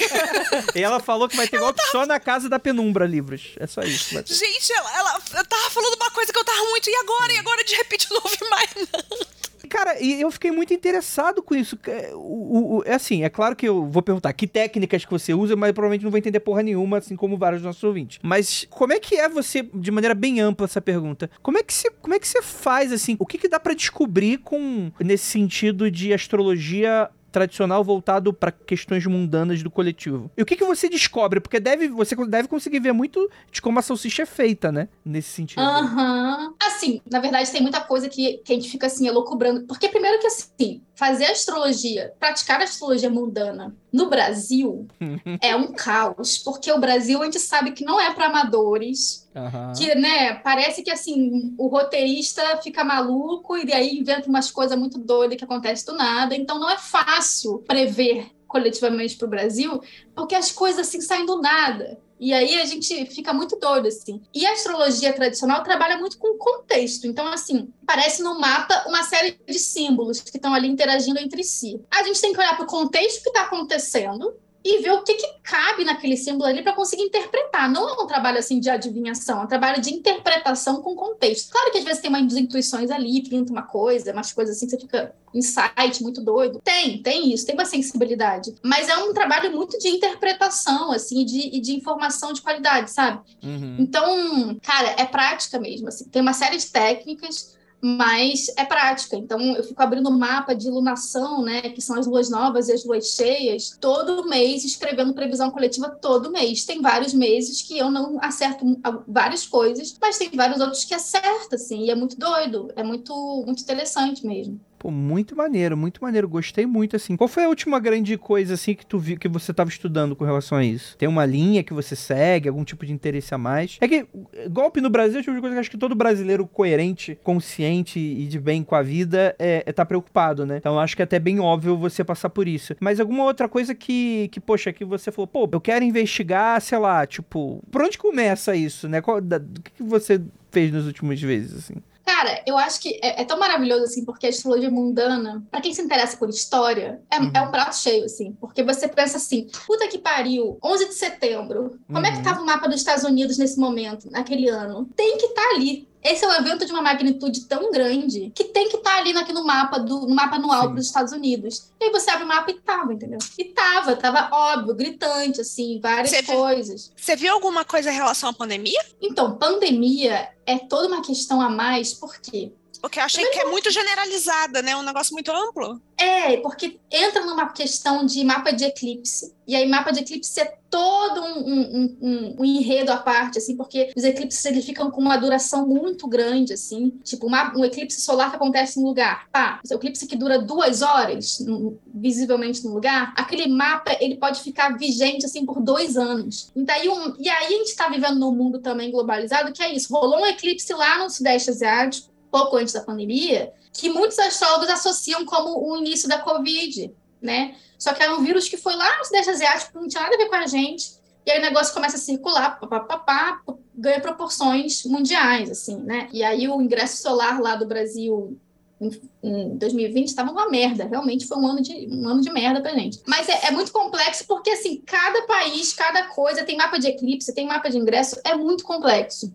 e ela falou que vai ter golpe só na casa da penumbra, livros. É só isso. Vai ter. Gente, ela, ela eu tava falando uma coisa que eu tava muito, e agora? E agora, de repente, não ouvi mais nada. Cara, e eu fiquei muito interessado com isso. É, o, o- é assim, é claro que eu vou perguntar que técnicas que você usa, mas provavelmente não vou entender porra nenhuma, assim como vários dos nossos ouvintes. Mas como é que é você, de maneira bem ampla, essa pergunta? Como é que você, como é que você faz, assim, o que que dá pra descobrir com, nesse sentido de astrologia tradicional voltado pra questões mundanas do coletivo? E o que que você descobre? Porque deve, você deve conseguir ver muito de como a salsicha é feita, né? Nesse sentido. Aham. Assim, na verdade, tem muita coisa que, que a gente fica assim, elucubrando. Porque, primeiro que assim, fazer astrologia, praticar astrologia mundana no Brasil é um caos. Porque o Brasil, a gente sabe que não é para amadores. Aham. Que, né, parece que, assim, o roteirista fica maluco e daí inventa umas coisas muito doidas que acontecem do nada. Então, não é fácil prever coletivamente para o Brasil, porque as coisas, assim, saem do nada. E aí a gente fica muito doido, assim. E a astrologia tradicional trabalha muito com contexto. Então, assim, parece no mapa uma série de símbolos que estão ali interagindo entre si. A gente tem que olhar para o contexto que está acontecendo e ver o que, que cabe naquele símbolo ali para conseguir interpretar. Não é um trabalho assim de adivinhação, é um trabalho de interpretação com contexto. Claro que às vezes tem umas intuições ali, pinta uma coisa, umas coisas assim, você fica insight, muito doido. Tem, tem isso, tem uma sensibilidade. Mas é um trabalho muito de interpretação, assim, e de, e de informação de qualidade, sabe? Uhum. Então, cara, é prática mesmo, assim. Tem uma série de técnicas, mas é prática. Então, eu fico abrindo um mapa de lunação, né, que são as luas novas e as luas cheias, todo mês, escrevendo previsão coletiva todo mês. Tem vários meses que eu não acerto várias coisas, mas tem vários outros que acertam, assim, e é muito doido, é muito, muito interessante mesmo. Pô, muito maneiro, muito maneiro. Gostei muito, assim. Qual foi a última grande coisa, assim, que tu viu, que você tava estudando com relação a isso? Tem uma linha que você segue, algum tipo de interesse a mais? É que golpe no Brasil é o tipo de coisa que acho que todo brasileiro coerente, consciente e de bem com a vida é, é tá preocupado, né? Então acho que é até bem óbvio você passar por isso. Mas alguma outra coisa que, que poxa, que você falou, pô, eu quero investigar, sei lá, tipo, por onde começa isso, né? Qual, da, do que, que você fez nas últimas vezes, assim? Cara, eu acho que é, é tão maravilhoso, assim, porque a astrologia mundana, pra quem se interessa por história, é, Uhum. é um prato cheio, assim, porque você pensa assim, puta que pariu, onze de setembro, como Uhum. é que tava o mapa dos Estados Unidos nesse momento, naquele ano? Tem que estar ali. Esse é um evento de uma magnitude tão grande que tem que estar ali aqui no mapa, do, no mapa anual Sim. dos Estados Unidos. E aí você abre o mapa e tava, entendeu? E tava, tava óbvio, gritante, assim, várias Você viu- coisas. Você viu alguma coisa em relação à pandemia? Então, pandemia é toda uma questão a mais, por quê? Porque eu achei que é muito generalizada, né? Um negócio muito amplo. É, porque entra numa questão de mapa de eclipse. E aí, mapa de eclipse é todo um, um, um, um enredo à parte, assim, porque os eclipses eles ficam com uma duração muito grande, assim. Tipo, uma, um eclipse solar que acontece num lugar. Pá, o eclipse que dura duas horas, no, visivelmente num lugar, aquele mapa ele pode ficar vigente, assim, por dois anos. E, daí um, e aí a gente está vivendo num mundo também globalizado, que é isso. Rolou um eclipse lá no Sudeste Asiático, pouco antes da pandemia, que muitos astrólogos associam como o início da Covid, né? Só que era um vírus que foi lá no Sudeste Asiático, não tinha nada a ver com a gente, e aí o negócio começa a circular, pá, pá, pá, pá, ganha proporções mundiais, assim, né? E aí o ingresso solar lá do Brasil em, em dois mil e vinte estava uma merda, realmente foi um ano de, um ano de merda pra gente. Mas é, é muito complexo porque, assim, cada país, cada coisa, tem mapa de eclipse, tem mapa de ingresso, é muito complexo.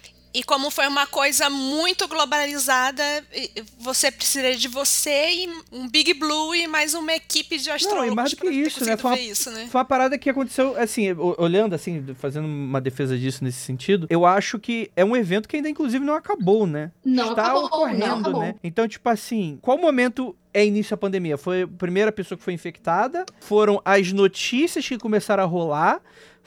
E como foi uma coisa muito globalizada, você precisaria de você e um Big Blue e mais uma equipe de astrólogos. Não, e mais do que pra ter isso, né? conseguido Foi uma, ver isso, né? foi uma parada que aconteceu, assim, o- olhando, assim, fazendo uma defesa disso nesse sentido, eu acho que é um evento que ainda, inclusive, não acabou, né? Não Está acabou, ocorrendo, não acabou. né? Então, tipo assim, qual momento é início da pandemia? Foi a primeira pessoa que foi infectada? Foram as notícias que começaram a rolar?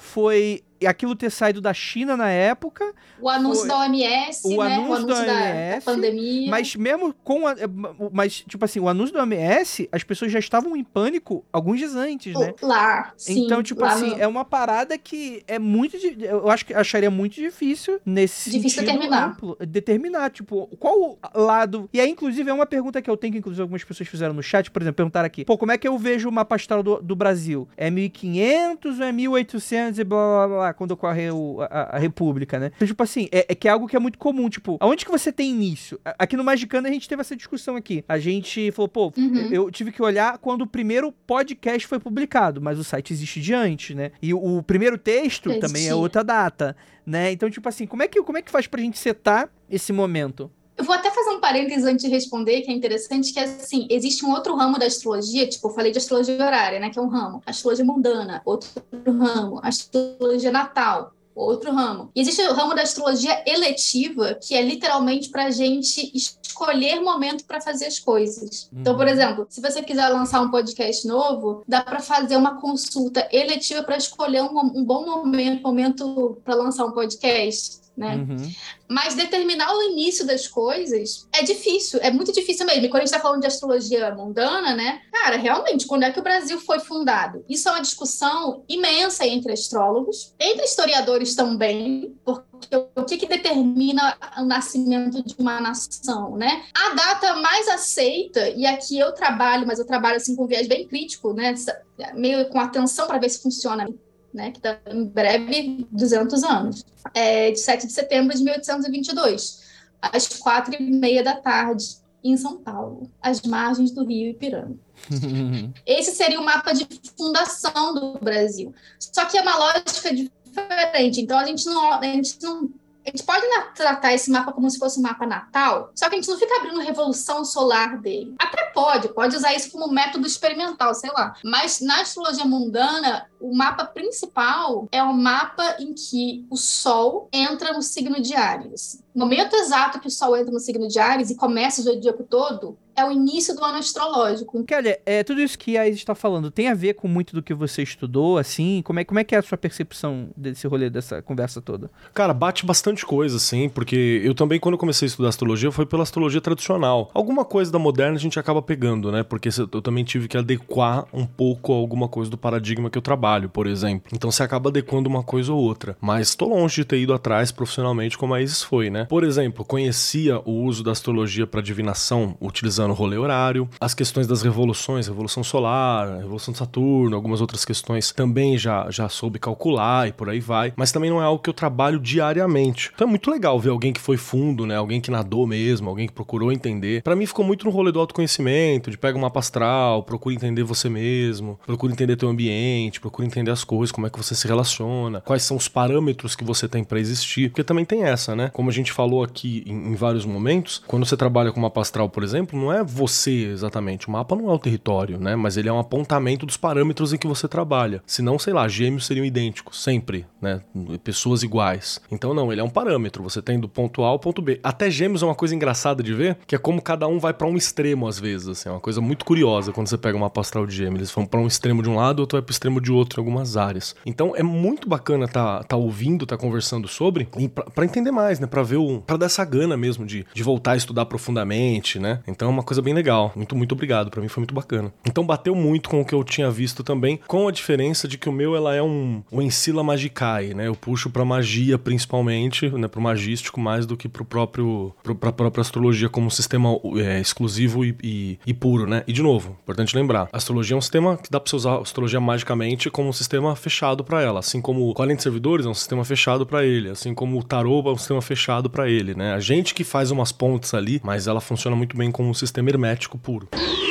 Foi aquilo ter saído da China na época? O anúncio Foi. da O M S, O né? anúncio o anúncio da da, O M S, da pandemia. Mas mesmo com a, mas tipo assim, o anúncio do O M S, as pessoas já estavam em pânico alguns dias antes, né? Lá, sim. Então, tipo lá assim, no- é uma parada que é muito, di- eu acho que acharia muito difícil nesse Difícil sentido determinar. amplo, determinar, tipo, qual lado. E aí, inclusive, é uma pergunta que eu tenho que inclusive algumas pessoas fizeram no chat, por exemplo, perguntaram aqui: "Pô, como é que eu vejo o mapa astral do, do Brasil? É mil e quinhentos ou é mil e oitocentos e blá blá blá, blá quando ocorre o- a, a República, né?" Então, tipo assim, é, é que é algo que é muito comum, tipo, aonde que você tem início? A- Aqui no Magicando a gente teve essa discussão aqui. A gente falou, pô, Uhum. eu tive que olhar quando o primeiro podcast foi publicado, mas o site existe de antes, né? E o, o primeiro texto Existia. também é outra data, né? Então, tipo assim, como é que, como é que faz pra gente setar esse momento? Eu vou até fazer um parênteses antes de responder, que é interessante, que é assim, existe um outro ramo da astrologia, tipo, eu falei de astrologia horária, né, que é um ramo. Astrologia mundana, outro ramo. Astrologia natal, outro ramo. E existe o ramo da astrologia eletiva, que é literalmente pra gente escolher momento para fazer as coisas. Então, por exemplo, se você quiser lançar um podcast novo, dá para fazer uma consulta eletiva para escolher um, um bom momento, momento para lançar um podcast, né? Uhum. Mas determinar o início das coisas é difícil, é muito difícil mesmo. E quando a gente está falando de astrologia mundana, né? Cara, realmente, quando é que o Brasil foi fundado? Isso é uma discussão imensa entre astrólogos, entre historiadores também, porque o que, que determina o nascimento de uma nação, né? A data mais aceita, e aqui eu trabalho, mas eu trabalho assim com viés bem crítico, né? Meio com atenção para ver se funciona, né, que está em breve duzentos anos, é de sete de setembro de mil oitocentos e vinte e dois, às quatro e meia da tarde, em São Paulo, às margens do rio Ipiranga. Esse seria o mapa de fundação do Brasil. Só que é uma lógica diferente, então a gente não... A gente não A gente pode tratar esse mapa como se fosse um mapa natal, só que a gente não fica abrindo revolução solar dele. Até pode, pode usar isso como método experimental, sei lá. Mas na astrologia mundana, o mapa principal é o mapa em que o Sol entra no signo de Áries. O momento exato que o Sol entra no signo de Áries e começa o zodíaco todo é o início do ano astrológico. Kelly, é, tudo isso que a Isis está falando tem a ver com muito do que você estudou, assim? Como é, como é que é a sua percepção desse rolê, dessa conversa toda? Cara, bate bastante coisa, assim, porque eu também, quando eu comecei a estudar astrologia, foi pela astrologia tradicional. Alguma coisa da moderna a gente acaba pegando, né? Porque eu também tive que adequar um pouco alguma coisa do paradigma que eu trabalho, por exemplo. Então você acaba adequando uma coisa ou outra. Mas tô longe de ter ido atrás profissionalmente como a Isis foi, né? né? Por exemplo, conhecia o uso da astrologia para divinação utilizando o rolê horário, as questões das revoluções, revolução solar, revolução de Saturno, algumas outras questões também já, já soube calcular e por aí vai, mas também não é algo que eu trabalho diariamente. Então é muito legal ver alguém que foi fundo, né? Alguém que nadou mesmo, alguém que procurou entender. Para mim ficou muito no rolê do autoconhecimento, de pega um mapa astral, procura entender você mesmo, procura entender teu ambiente, procura entender as coisas, como é que você se relaciona, quais são os parâmetros que você tem para existir, porque também tem essa, né? Como a gente falou aqui em, em vários momentos, quando você trabalha com mapa astral, por exemplo, não é você exatamente, o mapa não é o território, né? Mas ele é um apontamento dos parâmetros em que você trabalha. Senão, sei lá, gêmeos seriam idênticos, sempre, né? Pessoas iguais. Então não, ele é um parâmetro, você tem do ponto A ao ponto B. Até gêmeos é uma coisa engraçada de ver, que é como cada um vai para um extremo às vezes, assim, é uma coisa muito curiosa quando você pega uma mapa astral de gêmeos, eles vão para um extremo de um lado, outro vai pro extremo de outro em algumas áreas. Então é muito bacana tá, tá ouvindo, tá conversando sobre, para entender mais, né? Para ver o, para dar essa gana mesmo de, de voltar a estudar profundamente, né? Então é uma coisa bem legal. Muito, muito obrigado. Para mim foi muito bacana. Então bateu muito com o que eu tinha visto também, com a diferença de que o meu, ela é um, um Encila Magicae, né? Eu puxo pra magia principalmente, né? Pro magístico mais do que pro próprio, pro, pra própria astrologia como um sistema é, exclusivo e, e, e puro, né? E de novo, importante lembrar, a astrologia é um sistema que dá pra você usar a astrologia magicamente como um sistema fechado pra ela, assim como o quarenta servidores é um sistema fechado pra ele, assim como o tarô é um sistema fechado pra ele, né? A gente que faz umas pontes ali, mas ela funciona muito bem como um sistema hermético puro.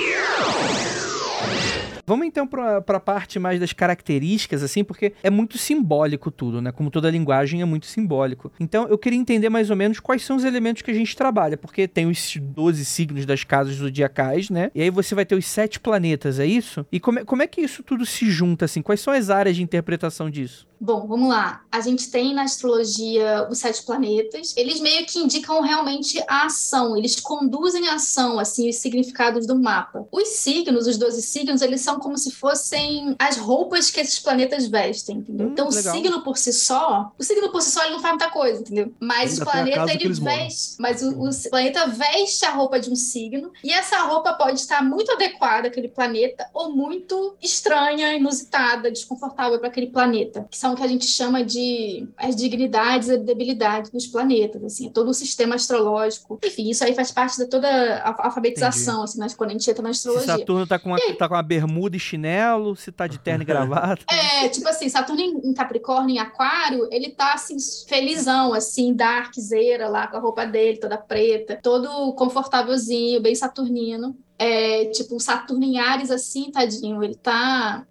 Vamos então para a parte mais das características, assim, porque é muito simbólico tudo, né? Como toda linguagem é muito simbólico. Então eu queria entender mais ou menos quais são os elementos que a gente trabalha, porque tem os doze signos das casas zodiacais, né? E aí você vai ter os sete planetas, é isso? E como é, como é que isso tudo se junta, assim? Quais são as áreas de interpretação disso? Bom, vamos lá. A gente tem na astrologia os sete planetas. Eles meio que indicam realmente a ação. Eles conduzem a ação, assim, os significados do mapa. Os signos, os doze signos, eles são como se fossem as roupas que esses planetas vestem, entendeu? Hum, então, legal. o signo por si só, o signo por si só, ele não faz muita coisa, entendeu? Mas Ainda o planeta, tem a casa que ele eles moram. veste... Mas o, o planeta veste a roupa de um signo, e essa roupa pode estar muito adequada àquele planeta ou muito estranha, inusitada, desconfortável para aquele planeta, que são o que a gente chama de as dignidades e debilidades dos planetas, assim, todo o sistema astrológico. Enfim, isso aí faz parte de toda a alfabetização, assim, mas quando a gente entra na Se astrologia. Saturno tá com uma, tá com uma bermuda e chinelo, se tá de terno e gravata. É, tipo assim, Saturno em, em Capricórnio, em Aquário, ele tá, assim, felizão, assim, darkzeira lá, com a roupa dele toda preta, todo confortávelzinho, bem saturnino. É, tipo, o Saturno em Áries, assim, tadinho, ele tá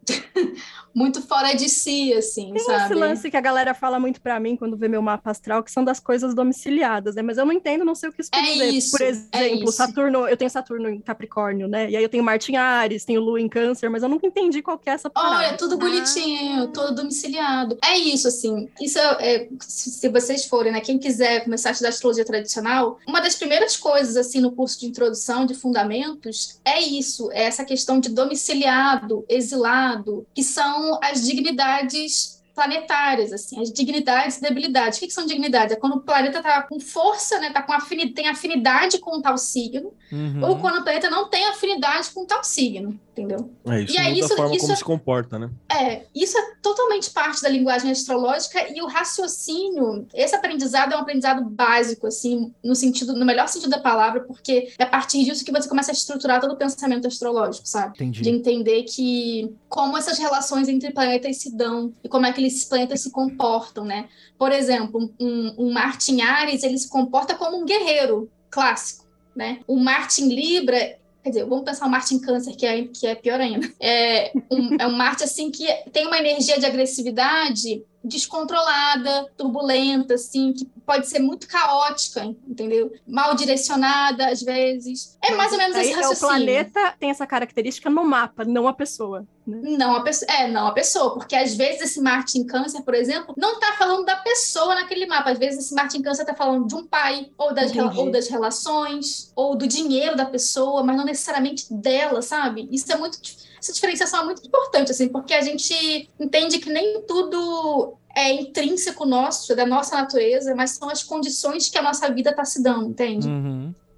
muito fora de si, assim, Tem sabe? esse lance que a galera fala muito pra mim quando vê meu mapa astral, que são das coisas domiciliadas, né? Mas eu não entendo, não sei o que isso quer É dizer. isso, Por é exemplo, isso. Saturno, eu tenho Saturno em Capricórnio, né? E aí eu tenho Marte em Áries, tenho Lua em Câncer, mas eu nunca entendi qual que é essa parada. Olha, tudo bonitinho, tudo domiciliado. É isso, assim. Isso é, é, se, se vocês forem, né? Quem quiser começar a estudar astrologia tradicional, uma das primeiras coisas, assim, no curso de introdução, de fundamentos, é isso. É essa questão de domiciliado, exilado, que são as dignidades planetárias, assim, as dignidades e debilidades. O que, que são dignidades? É quando o planeta tá com força, né? Tá com afinidade, tem afinidade com um tal signo, Uhum. ou quando o planeta não tem afinidade com um tal signo, entendeu? É, isso E aí, muda isso- a forma isso como é- se comporta, né? É, isso é totalmente parte da linguagem astrológica e o raciocínio, esse aprendizado é um aprendizado básico, assim, no sentido, no melhor sentido da palavra, porque é a partir disso que você começa a estruturar todo o pensamento astrológico, sabe? Entendi. De entender que como essas relações entre planetas se dão e como é que esses planetas se comportam, né? Por exemplo, um, um Marte em Áries, ele se comporta como um guerreiro clássico, né? O Marte em Libra, quer dizer, vamos pensar o Marte em Câncer, que é, que é pior ainda. É um, é um Marte, assim, que tem uma energia de agressividade descontrolada, turbulenta, assim, que pode ser muito caótica, entendeu? Mal direcionada, às vezes. É mais ou menos Aí esse é o raciocínio. planeta tem essa característica no mapa, não a pessoa, né? Não a pessoa, é, não a pessoa, porque às vezes esse Marte em Câncer, por exemplo, não tá falando da pessoa naquele mapa, às vezes esse Marte em Câncer tá falando de um pai, ou das, rela- Entendi. ou das relações, ou do dinheiro da pessoa, mas não necessariamente dela, sabe? Isso é muito, essa diferenciação é muito importante, assim, porque a gente entende que nem tudo é intrínseco nosso, da nossa natureza, mas são as condições que a nossa vida tá se dando, entende? Uhum.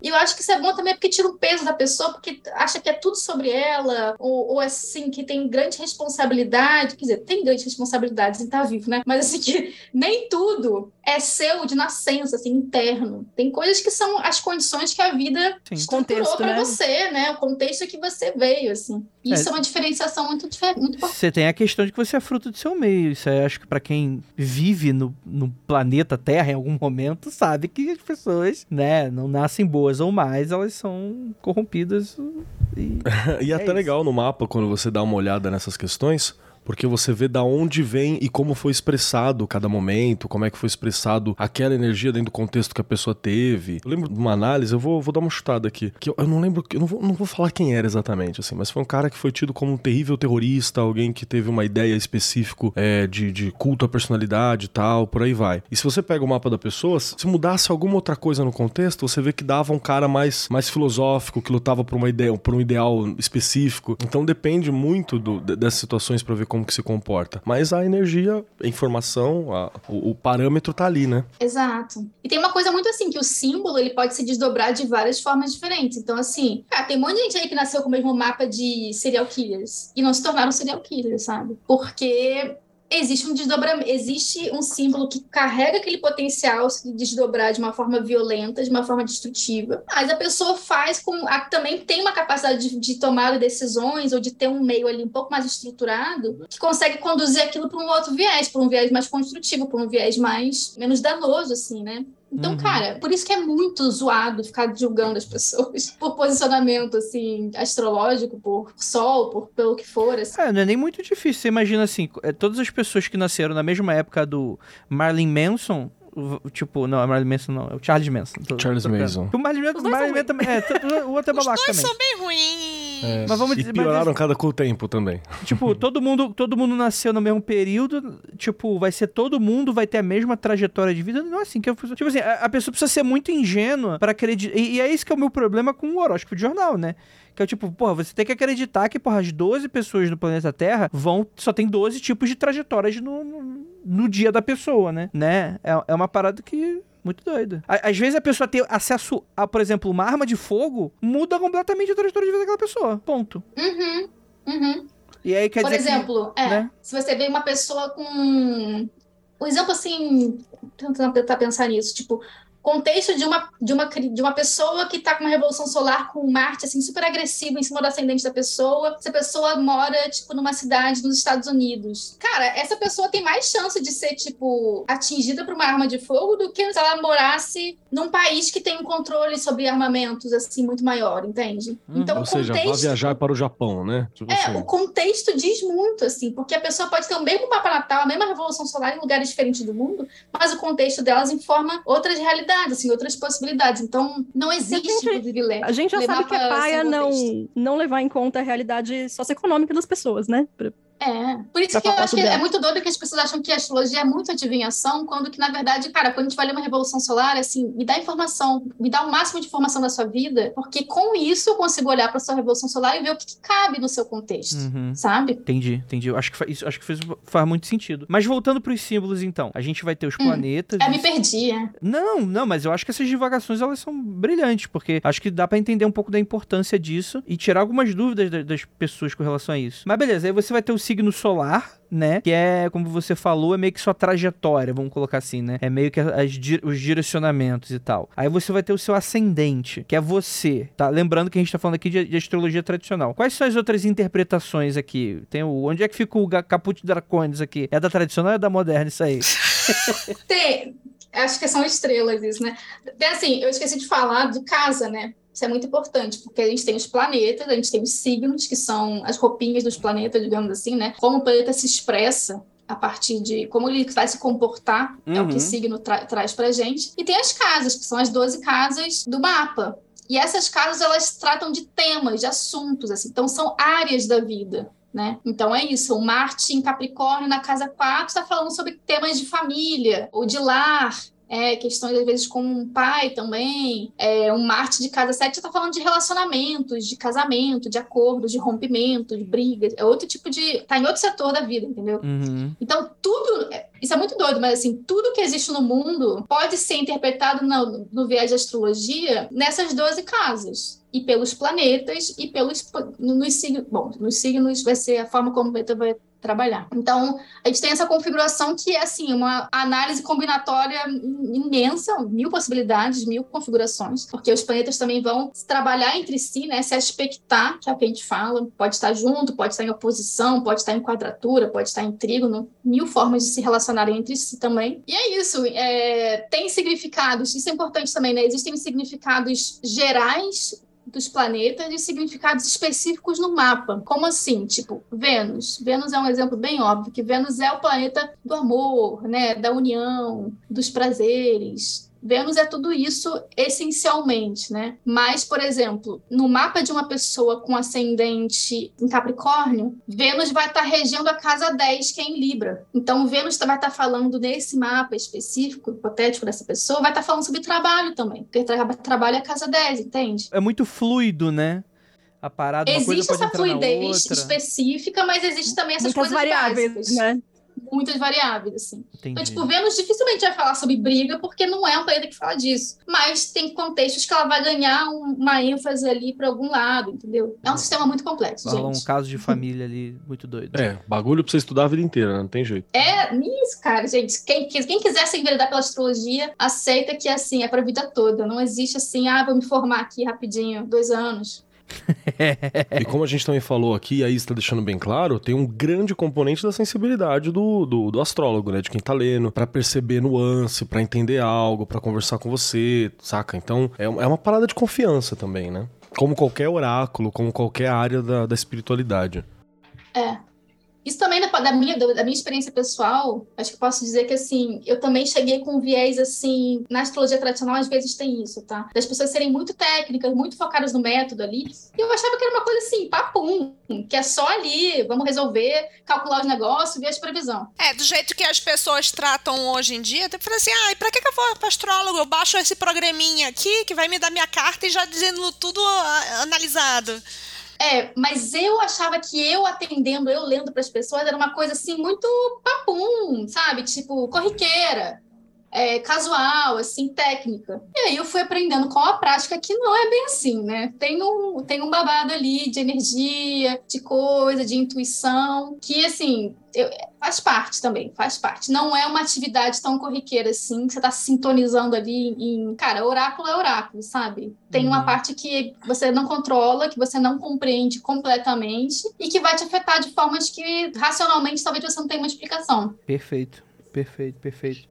E eu acho que isso é bom também porque tira o peso da pessoa, porque acha que é tudo sobre ela, ou, ou assim, que tem grande responsabilidade. Quer dizer, tem grande responsabilidade em estar vivo, né? Mas assim, que nem tudo é seu de nascença, assim, interno. Tem coisas que são as condições que a vida Sim. estruturou Contexto, pra né? você, né? O contexto que você veio, assim. Isso é, É. uma diferenciação muito, difer- muito importante. Você tem a questão de que você é fruto do seu meio. Isso aí, acho que pra quem vive no, no planeta Terra em algum momento, sabe que as pessoas, né, não nascem boas ou mais, elas são corrompidas. E, E é é até isso. legal no mapa, quando você dá uma olhada nessas questões, porque você vê da onde vem e como foi expressado cada momento, como é que foi expressado aquela energia dentro do contexto que a pessoa teve. Eu lembro de uma análise, eu vou, vou dar uma chutada aqui, que eu, eu não lembro, eu não vou, não vou falar quem era exatamente, assim, mas foi um cara que foi tido como um terrível terrorista, alguém que teve uma ideia específica é, de, de culto à personalidade e tal, por aí vai. E se você pega o mapa da pessoa, se mudasse alguma outra coisa no contexto, você vê que dava um cara mais, mais filosófico, que lutava por uma ideia, por um ideal específico. Então depende muito do, dessas situações pra ver como que se comporta. Mas a energia, a informação, a, o, o parâmetro tá ali, né? Exato. E tem uma coisa muito assim, que o símbolo ele pode se desdobrar de várias formas diferentes. Então, assim, cara, tem um monte de gente aí que nasceu com o mesmo mapa de serial killers e não se tornaram serial killers, sabe? Porque existe um desdobramento, existe um símbolo que carrega aquele potencial de desdobrar de uma forma violenta, de uma forma destrutiva, mas a pessoa faz com, a, também tem uma capacidade de, de tomar decisões ou de ter um meio ali um pouco mais estruturado que consegue conduzir aquilo para um outro viés, para um viés mais construtivo, para um viés mais menos danoso, assim, né? Então, Uhum. cara, por isso que é muito zoado ficar julgando as pessoas por posicionamento, assim, astrológico, por sol, por pelo que for, assim. É, não é nem muito difícil. Você imagina assim, é, todas as pessoas que nasceram na mesma época do Marilyn Manson, o- tipo, não, é Marilyn Manson não, é o Charles Manson. Tô- Charles tô ficando. Manson. O Marilyn Manson, Os dois Marilyn são Manson também, é, t- o outro é Os babaca dois também. são bem ruins. É, Mas vamos e dizer- mas pioraram dizer- cada com o tempo também. Tipo, todo mundo, todo mundo nasceu no mesmo período, tipo, vai ser todo mundo, vai ter a mesma trajetória de vida, não é assim que eu... Tipo assim, a, a pessoa precisa ser muito ingênua pra acreditar, e, e é isso que é o meu problema com o horóscopo de jornal, né? Que é o tipo, porra, você tem que acreditar que, porra, as doze pessoas no planeta Terra vão, só tem doze tipos de trajetórias no, no, no dia da pessoa, né? né? É, é uma parada que... Muito doido. À- Às vezes a pessoa ter acesso a, por exemplo, uma arma de fogo, muda completamente a trajetória de vida daquela pessoa. Ponto. Uhum, uhum. E aí quer Por dizer que... exemplo, é, né? se você vê uma pessoa com... Um exemplo, assim, tentando tentar pensar nisso, tipo, contexto de uma, de uma, cri- de uma pessoa que tá com uma revolução solar com Marte, assim, super agressivo em cima do ascendente da pessoa. Essa pessoa mora, tipo, numa cidade nos Estados Unidos. Cara, essa pessoa tem mais chance de ser, tipo, atingida por uma arma de fogo do que se ela morasse num país que tem um controle sobre armamentos, assim, muito maior, entende? Então, Ou o seja, vá contexto... viajar para o Japão, né? Tipo É, assim. o contexto diz muito, assim, porque a pessoa pode ter o mesmo mapa natal, a mesma revolução solar em lugares diferentes do mundo, mas o contexto delas informa outras realidades, assim, outras possibilidades. Então, não existe, gente- inclusive, le- A gente já levar sabe que é pra paia sem não, contexto. não levar em conta a realidade socioeconômica das pessoas, né? Pra- É, por isso Pra que eu falar acho que sobre é ela. muito doido que as pessoas acham que a astrologia é muito adivinhação, quando que, na verdade, cara, quando a gente vai ler uma revolução solar, assim, me dá informação, me dá o máximo de informação da sua vida, porque com isso eu consigo olhar pra sua revolução solar e ver o que, que cabe no seu contexto, Uhum. sabe? Entendi, entendi. Eu acho que, fa- isso, acho que fez, faz muito sentido. Mas voltando pros símbolos, então. A gente vai ter os Hum. planetas. É, me os- perdi, é. Não, não, mas eu acho que essas divagações, elas são brilhantes, porque acho que dá pra entender um pouco da importância disso e tirar algumas dúvidas da- das pessoas com relação a isso. Mas beleza, aí você vai ter o signo solar, né? Que é, como você falou, é meio que sua trajetória, vamos colocar assim, né? É meio que as di- os direcionamentos e tal. Aí você vai ter o seu ascendente, que é você, tá? Lembrando que a gente tá falando aqui de, de astrologia tradicional. Quais são as outras interpretações aqui? Tem o... Onde é que fica o ga- Caput Draconis aqui? É da tradicional ou é da moderna isso aí? Tem, acho que são estrelas isso, né? Tem assim, eu esqueci de falar de casa, né? Isso é muito importante, porque a gente tem os planetas, a gente tem os signos, que são as roupinhas dos planetas, digamos assim, né? Como o planeta se expressa a partir de como ele vai se comportar, é o que Uhum. o signo tra- traz pra gente. E tem as casas, que são as doze casas do mapa. E essas casas, elas tratam de temas, de assuntos, assim. Então, são áreas da vida, né? Então, é isso. O Marte em Capricórnio, na casa quatro, está falando sobre temas de família ou de lar. é, questões às vezes com um pai também, é, um Marte de casa sete está falando de relacionamentos, de casamento, de acordos, de rompimentos, de brigas, é outro tipo de... tá em outro setor da vida, entendeu? Uhum. Então, tudo... Isso é muito doido, mas assim, tudo que existe no mundo pode ser interpretado no, no viés de astrologia nessas doze casas. E pelos planetas e pelos nos signos. Bom, nos signos vai ser a forma como o planeta vai trabalhar. Então, a gente tem essa configuração que é, assim, uma análise combinatória imensa, mil possibilidades, mil configurações, porque os planetas também vão se trabalhar entre si, né, se aspectar, que é o que a gente fala, pode estar junto, pode estar em oposição, pode estar em quadratura, pode estar em trígono, mil formas de se relacionarem entre si também. E é isso, é, tem significados, isso é importante também, né, existem significados gerais dos planetas e significados específicos no mapa. Como assim? Tipo, Vênus. Vênus é um exemplo bem óbvio, que Vênus é o planeta do amor, né? Da união, dos prazeres. Vênus é tudo isso essencialmente, né? Mas, por exemplo, no mapa de uma pessoa com ascendente em Capricórnio, Vênus vai estar regendo a casa dez, que é em Libra. Então, Vênus vai estar falando nesse mapa específico, hipotético dessa pessoa, vai estar falando sobre trabalho também, porque tra- trabalho é a casa dez, entende? É muito fluido, né? A parada, uma Existe coisa pode essa entrar na fluidez outra. específica, mas existe também essas Muitas coisas variáveis, básicas. né? Muitas variáveis, assim. Entendi. Então, tipo, Vênus dificilmente vai falar sobre briga, porque não é um planeta que fala disso. Mas tem contextos que ela vai ganhar um- uma ênfase ali para algum lado, entendeu? É um sistema muito complexo, Fala um gente. caso de família ali muito doido. É, bagulho pra você estudar a vida inteira, né? Não tem jeito. É isso, cara, gente. Quem, quem quiser se enveredar pela astrologia, aceita que, assim, é pra vida toda. Não existe assim, ah, vou me formar aqui rapidinho, dois anos. E como a gente também falou aqui, e aí está deixando bem claro, tem um grande componente da sensibilidade do, do, do astrólogo, né? De quem tá lendo, pra perceber nuance, pra entender algo, pra conversar com você, saca? Então, é, é uma parada de confiança também, né? Como qualquer oráculo, como qualquer área da, da espiritualidade. É. Isso também, da, da, minha, da minha experiência pessoal, acho que eu posso dizer que, assim, eu também cheguei com um viés, assim, na astrologia tradicional, às vezes tem isso, tá? Das pessoas serem muito técnicas, muito focadas no método ali, e eu achava que era uma coisa, assim, papum, que é só ali, vamos resolver, calcular os negócios, ver as previsões. É, do jeito que as pessoas tratam hoje em dia, eu falei assim, ah, e pra que que eu vou pro astrólogo? Eu baixo esse programinha aqui, que vai me dar minha carta e já dizendo tudo ah, analisado. É, mas eu achava que eu atendendo, eu lendo para as pessoas, era uma coisa assim, muito papum, sabe? Tipo, corriqueira, é, casual, assim, técnica. E aí eu fui aprendendo com a prática que não é bem assim, né? Tem um, tem um babado ali de energia, de coisa, de intuição, que, assim, eu, faz parte também, faz parte. Não é uma atividade tão corriqueira assim, que você está se sintonizando ali em... Cara, oráculo é oráculo, sabe? Tem uma Uhum. parte que você não controla, que você não compreende completamente e que vai te afetar de formas que, racionalmente, talvez você não tenha uma explicação. Perfeito, perfeito, perfeito.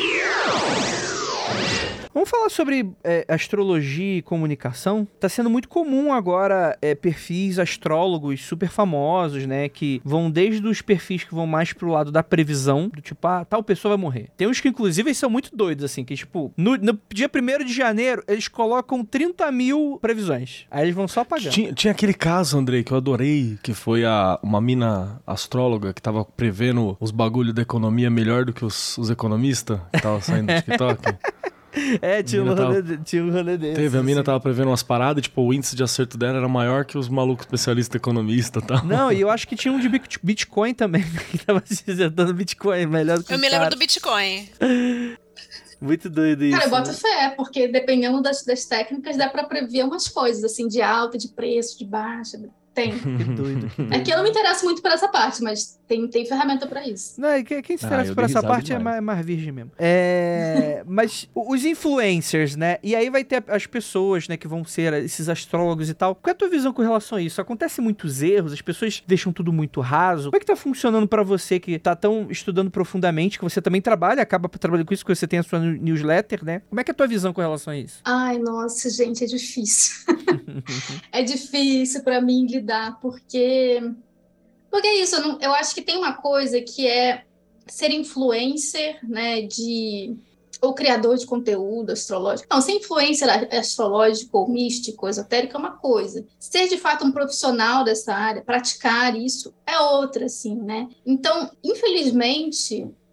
Vamos falar sobre é, astrologia e comunicação. Tá sendo muito comum agora é, perfis astrólogos super famosos, né? Que vão desde os perfis que vão mais pro lado da previsão, do tipo, ah, tal pessoa vai morrer. Tem uns que, inclusive, são muito doidos, assim, que, tipo, no, no dia primeiro de janeiro, eles colocam trinta mil previsões. Aí eles vão só pagando. Tinha, tinha aquele caso, Andrei, que eu adorei, que foi a, uma mina astróloga que tava prevendo os bagulhos da economia melhor do que os, os economistas que tava saindo do TikTok. É, tinha um, A mina rolê, tava- de- tinha um rolê desse. Teve, a mina assim. tava prevendo umas paradas, tipo, o índice de acerto dela era maior que os malucos especialistas economistas e tal. Não, e eu acho que tinha um de bit- Bitcoin também, que tava acertando Bitcoin melhor do que Eu os me lembro caras. do Bitcoin. Muito doido isso. Cara, eu boto né? fé, porque dependendo das, das técnicas, dá pra prever umas coisas, assim, de alta, de preço, de baixa. Tem. Que doido, que doido. É que eu não me interesso muito por essa parte, mas tem, tem ferramenta pra isso. Não, e quem quem se Ah, interessa eu por dei essa risada parte é demais. mais, mais virgem mesmo. É, mas o- os influencers, né? E aí vai ter as pessoas, né, que vão ser esses astrólogos e tal. Qual é a tua visão com relação a isso? Acontece muitos erros, as pessoas deixam tudo muito raso. Como é que tá funcionando pra você que tá tão estudando profundamente, que você também trabalha, acaba trabalhando com isso, que você tem a sua new- newsletter, né? Como é que é a tua visão com relação a isso? Ai, nossa, gente, é difícil. É difícil pra mim lidar, porque... Porque é isso, eu, não- eu acho que tem uma coisa que é ser influencer, né, de... ou criador de conteúdo astrológico. Não, ser influencer astrológico ou místico, esotérico é uma coisa. Ser, de fato, um profissional dessa área, praticar isso, é outra, assim, né? Então, infelizmente...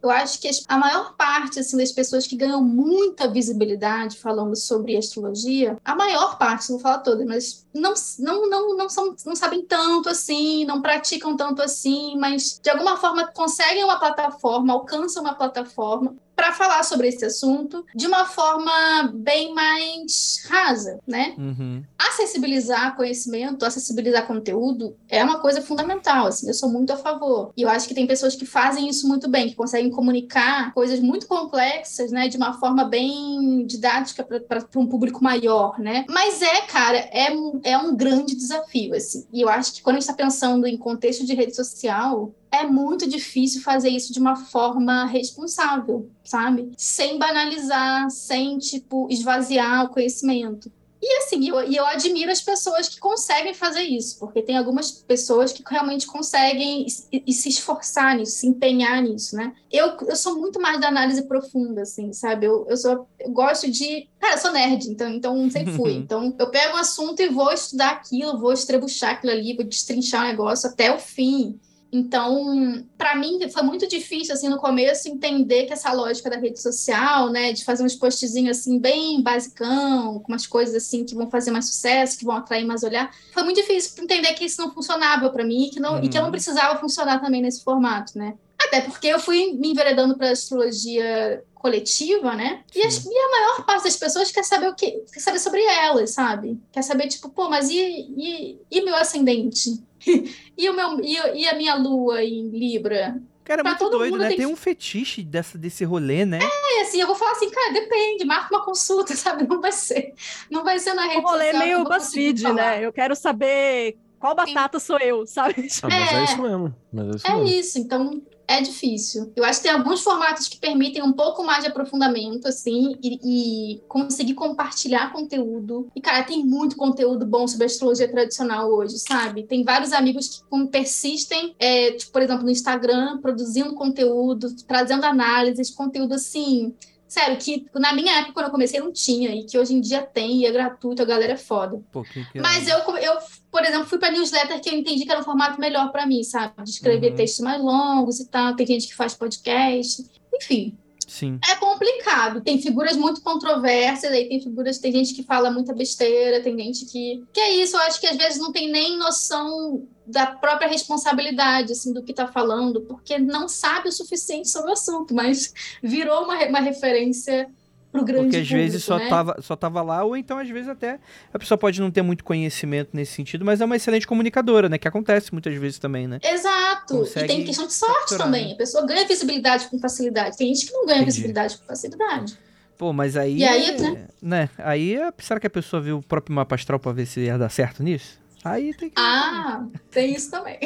eu acho que a maior parte, assim, das pessoas que ganham muita visibilidade falando sobre astrologia, a maior parte, não vou falar todas, mas não, não, não, não, são, não sabem tanto assim, não praticam tanto assim, mas de alguma forma conseguem uma plataforma, alcançam uma plataforma para falar sobre esse assunto de uma forma bem mais rasa, né? Uhum. Acessibilizar conhecimento, acessibilizar conteúdo é uma coisa fundamental, assim, eu sou muito a favor. E eu acho que tem pessoas que fazem isso muito bem, que conseguem comunicar coisas muito complexas, né, de uma forma bem didática para um público maior, né? Mas é, cara, é, é um grande desafio, assim. E eu acho que quando a gente está pensando em contexto de rede social, é muito difícil fazer isso de uma forma responsável, sabe? Sem banalizar, sem, tipo, esvaziar o conhecimento. E assim, eu, eu admiro as pessoas que conseguem fazer isso, porque tem algumas pessoas que realmente conseguem e, e se esforçar nisso, se empenhar nisso, né? Eu, eu sou muito mais da análise profunda, assim, sabe? Eu, eu, sou, eu gosto de... Cara, eu sou nerd, então, então sempre fui. Então, eu pego um assunto e vou estudar aquilo, vou estrebuchar aquilo ali, vou destrinchar o negócio até o fim. Então, para mim, foi muito difícil, assim, no começo, entender que essa lógica da rede social, né, de fazer uns postzinhos, assim, bem basicão, com umas coisas, assim, que vão fazer mais sucesso, que vão atrair mais olhar, foi muito difícil entender que isso não funcionava para mim e que, não, uhum. e que eu não precisava funcionar também nesse formato, né? Até porque eu fui me enveredando para a astrologia coletiva, né? E a, e a maior parte das pessoas quer saber o que, quer saber sobre elas, sabe? Quer saber, tipo, pô, mas e, e, e meu ascendente? e, o meu, e, e a minha lua em Libra? Cara, é muito doido, né? Tem, tem um fetiche dessa, desse rolê, né? É, assim, eu vou falar assim, cara, depende, marca uma consulta, sabe? Não vai ser, não vai ser na rede social. O rolê é meio BuzzFeed, né? Eu quero saber qual batata sou eu, sabe? Ah, mas é, é isso mesmo. Mas é isso, é mesmo. isso, então... É difícil. Eu acho que tem alguns formatos que permitem um pouco mais de aprofundamento, assim, e, e conseguir compartilhar conteúdo. E, cara, tem muito conteúdo bom sobre a astrologia tradicional hoje, sabe? Tem vários amigos que persistem, é, tipo, por exemplo, no Instagram, produzindo conteúdo, trazendo análises, conteúdo, assim... Sério, que na minha época, quando eu comecei, não tinha. E que hoje em dia tem, e é gratuito, a galera é foda. Pô, que que é? Mas eu, eu, por exemplo, fui pra newsletter que eu entendi que era um formato melhor pra mim, sabe? De escrever uhum. textos mais longos e tal. Tem gente que faz podcast. Enfim. Sim. É complicado. Tem figuras muito controversas, aí tem figuras... Tem gente que fala muita besteira, tem gente que... Que é isso, eu acho que às vezes não tem nem noção... da própria responsabilidade, assim, do que está falando, porque não sabe o suficiente sobre o assunto, mas virou uma, uma referência pro grande Porque às público, vezes só, né? tava, só tava lá, ou então às vezes até a pessoa pode não ter muito conhecimento nesse sentido, mas é uma excelente comunicadora, né? Que acontece muitas vezes também, né? Exato. Consegue e tem questão de sorte capturar, também. Né? A pessoa ganha visibilidade com facilidade. Tem gente que não ganha Entendi. visibilidade com facilidade. Pô, mas aí... E aí, né? né? Aí, será que a pessoa viu o próprio mapa astral pra ver se ia dar certo nisso? Aí tem que... Ah, tem isso também.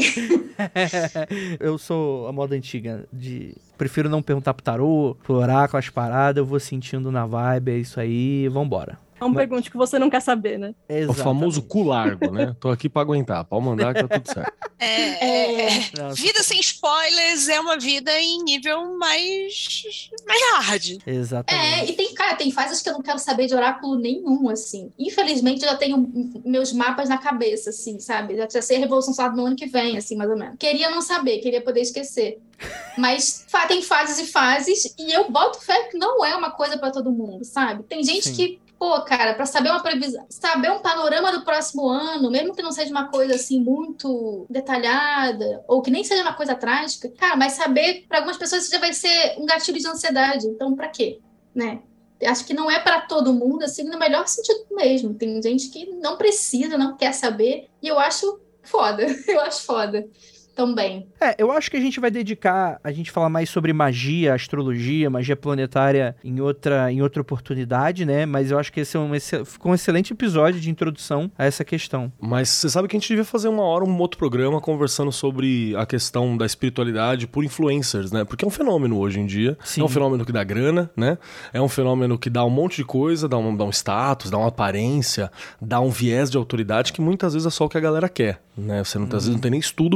Eu sou a moda antiga de... Prefiro não perguntar pro tarô, pro oráculo, as paradas, eu vou sentindo na vibe, é isso aí, vambora. Não Mas... pergunte que você não quer saber, né? Exatamente. O famoso cu largo, né? Tô aqui pra aguentar, pode mandar que tá tudo certo. É, é, vida sem spoilers é uma vida em nível mais, mais hard. Exatamente. É, e tem, cara, tem fases que eu não quero saber de oráculo nenhum, assim. Infelizmente, eu já tenho meus mapas na cabeça, assim, sabe? Já, já sei a Revolução Solar no ano que vem, assim, mais ou menos. Queria não saber, queria poder esquecer. Mas tem fases e fases, e eu boto fé que não é uma coisa pra todo mundo, sabe? Tem gente Sim. que pô, cara, para saber uma previsão, saber um panorama do próximo ano, mesmo que não seja uma coisa assim muito detalhada, ou que nem seja uma coisa trágica, cara, mas saber, para algumas pessoas isso já vai ser um gatilho de ansiedade. Então, para quê? Né? Acho que não é para todo mundo, assim, no melhor sentido mesmo. Tem gente que não precisa, não quer saber, e eu acho foda, eu acho foda. Também. É, eu acho que a gente vai dedicar a gente falar mais sobre magia, astrologia, magia planetária em outra, em outra oportunidade, né? Mas eu acho que esse é um, ficou um excelente episódio de introdução a essa questão. Mas você sabe que a gente devia fazer uma hora um outro programa conversando sobre a questão da espiritualidade por influencers, né? Porque é um fenômeno hoje em dia. Sim. É um fenômeno que dá grana, né? É um fenômeno que dá um monte de coisa, dá um, dá um status, dá uma aparência, dá um viés de autoridade que muitas vezes é só o que a galera quer, né? Você não, hum. às vezes não tem nem estudo porque não tem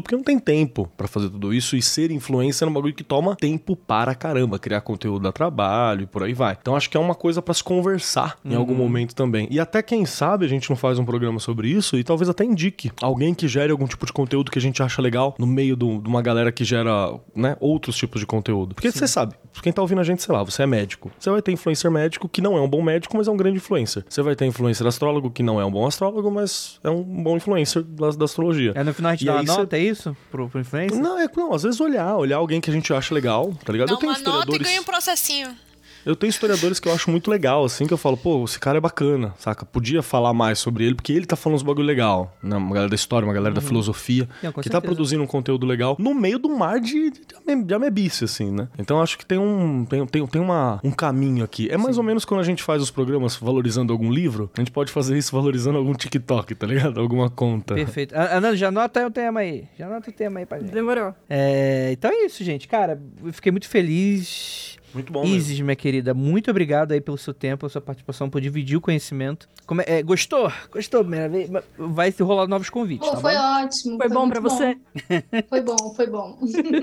tempo pra fazer tudo isso, e ser influencer é um bagulho que toma tempo para caramba, criar conteúdo dá trabalho e por aí vai. Então acho que é uma coisa pra se conversar em uhum. algum momento também. E até quem sabe a gente não faz um programa sobre isso e talvez até indique alguém que gere algum tipo de conteúdo que a gente acha legal no meio do, de uma galera que gera, né, outros tipos de conteúdo. Porque você sabe, quem tá ouvindo a gente, sei lá, você é médico. Você vai ter influencer médico que não é um bom médico, mas é um grande influencer. Você vai ter influencer astrólogo que não é um bom astrólogo, mas é um bom influencer da, da astrologia. É no final a gente e dá uma nota, cê... é isso? Pro, pro influencer? Não, é, não, às vezes olhar, olhar alguém que a gente acha legal, tá ligado? Dá eu tenho uma historiadores... nota e ganha um processinho. Eu tenho historiadores que eu acho muito legal, assim, que eu falo, pô, esse cara é bacana, saca? Podia falar mais sobre ele, porque ele tá falando uns bagulho legal, né? Uma galera da história, uma galera uhum. da filosofia, Não, que certeza. tá produzindo um conteúdo legal no meio do mar de, de, de amebice, assim, né? Então acho que tem um, tem, tem, tem uma, um caminho aqui. É mais Sim. ou menos quando a gente faz os programas valorizando algum livro, a gente pode fazer isso valorizando algum TikTok, tá ligado? Alguma conta. Perfeito. Ana, já anota o tema aí. Já anota o tema aí pra gente. Demorou. É, então é isso, gente. Cara, eu fiquei muito feliz... Muito bom, Isis, mesmo. minha querida, muito obrigado aí pelo seu tempo, pela sua participação, por dividir o conhecimento. Como é, é, gostou? Gostou, primeira vez? Vai se rolar novos convites, Pô, tá foi bom? ótimo. Foi, foi bom pra bom. você? Foi bom, foi bom.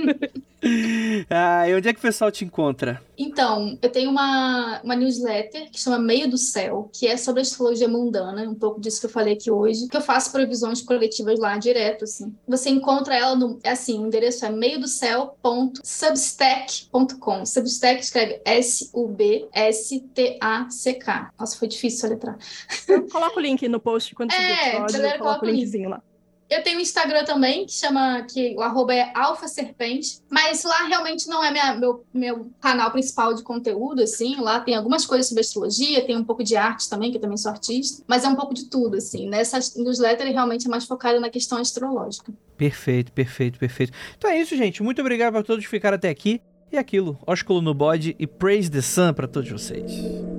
Ah, e onde é que o pessoal te encontra? Então, eu tenho uma, uma newsletter que chama Meio do Céu, que é sobre astrologia mundana, um pouco disso que eu falei aqui hoje, que eu faço previsões coletivas lá direto, assim. Você encontra ela no, é assim, o endereço é meio do céu ponto substack ponto com. Substack escreve S U B S T A C K. Nossa, foi difícil soletrar. Eu coloco o link no post quando subir é, o episódio, eu coloco o linkzinho lá. Eu tenho um Instagram também, que chama, que o arroba é Alfa Serpente, mas lá realmente não é minha, meu, meu canal principal de conteúdo, assim, lá tem algumas coisas sobre astrologia, tem um pouco de arte também, que eu também sou artista, mas é um pouco de tudo, assim, nessa newsletter realmente é mais focada na questão astrológica. Perfeito, perfeito, perfeito. Então é isso, gente, muito obrigado para todos que ficaram até aqui, e aquilo, ósculo no bode e praise the sun para todos vocês.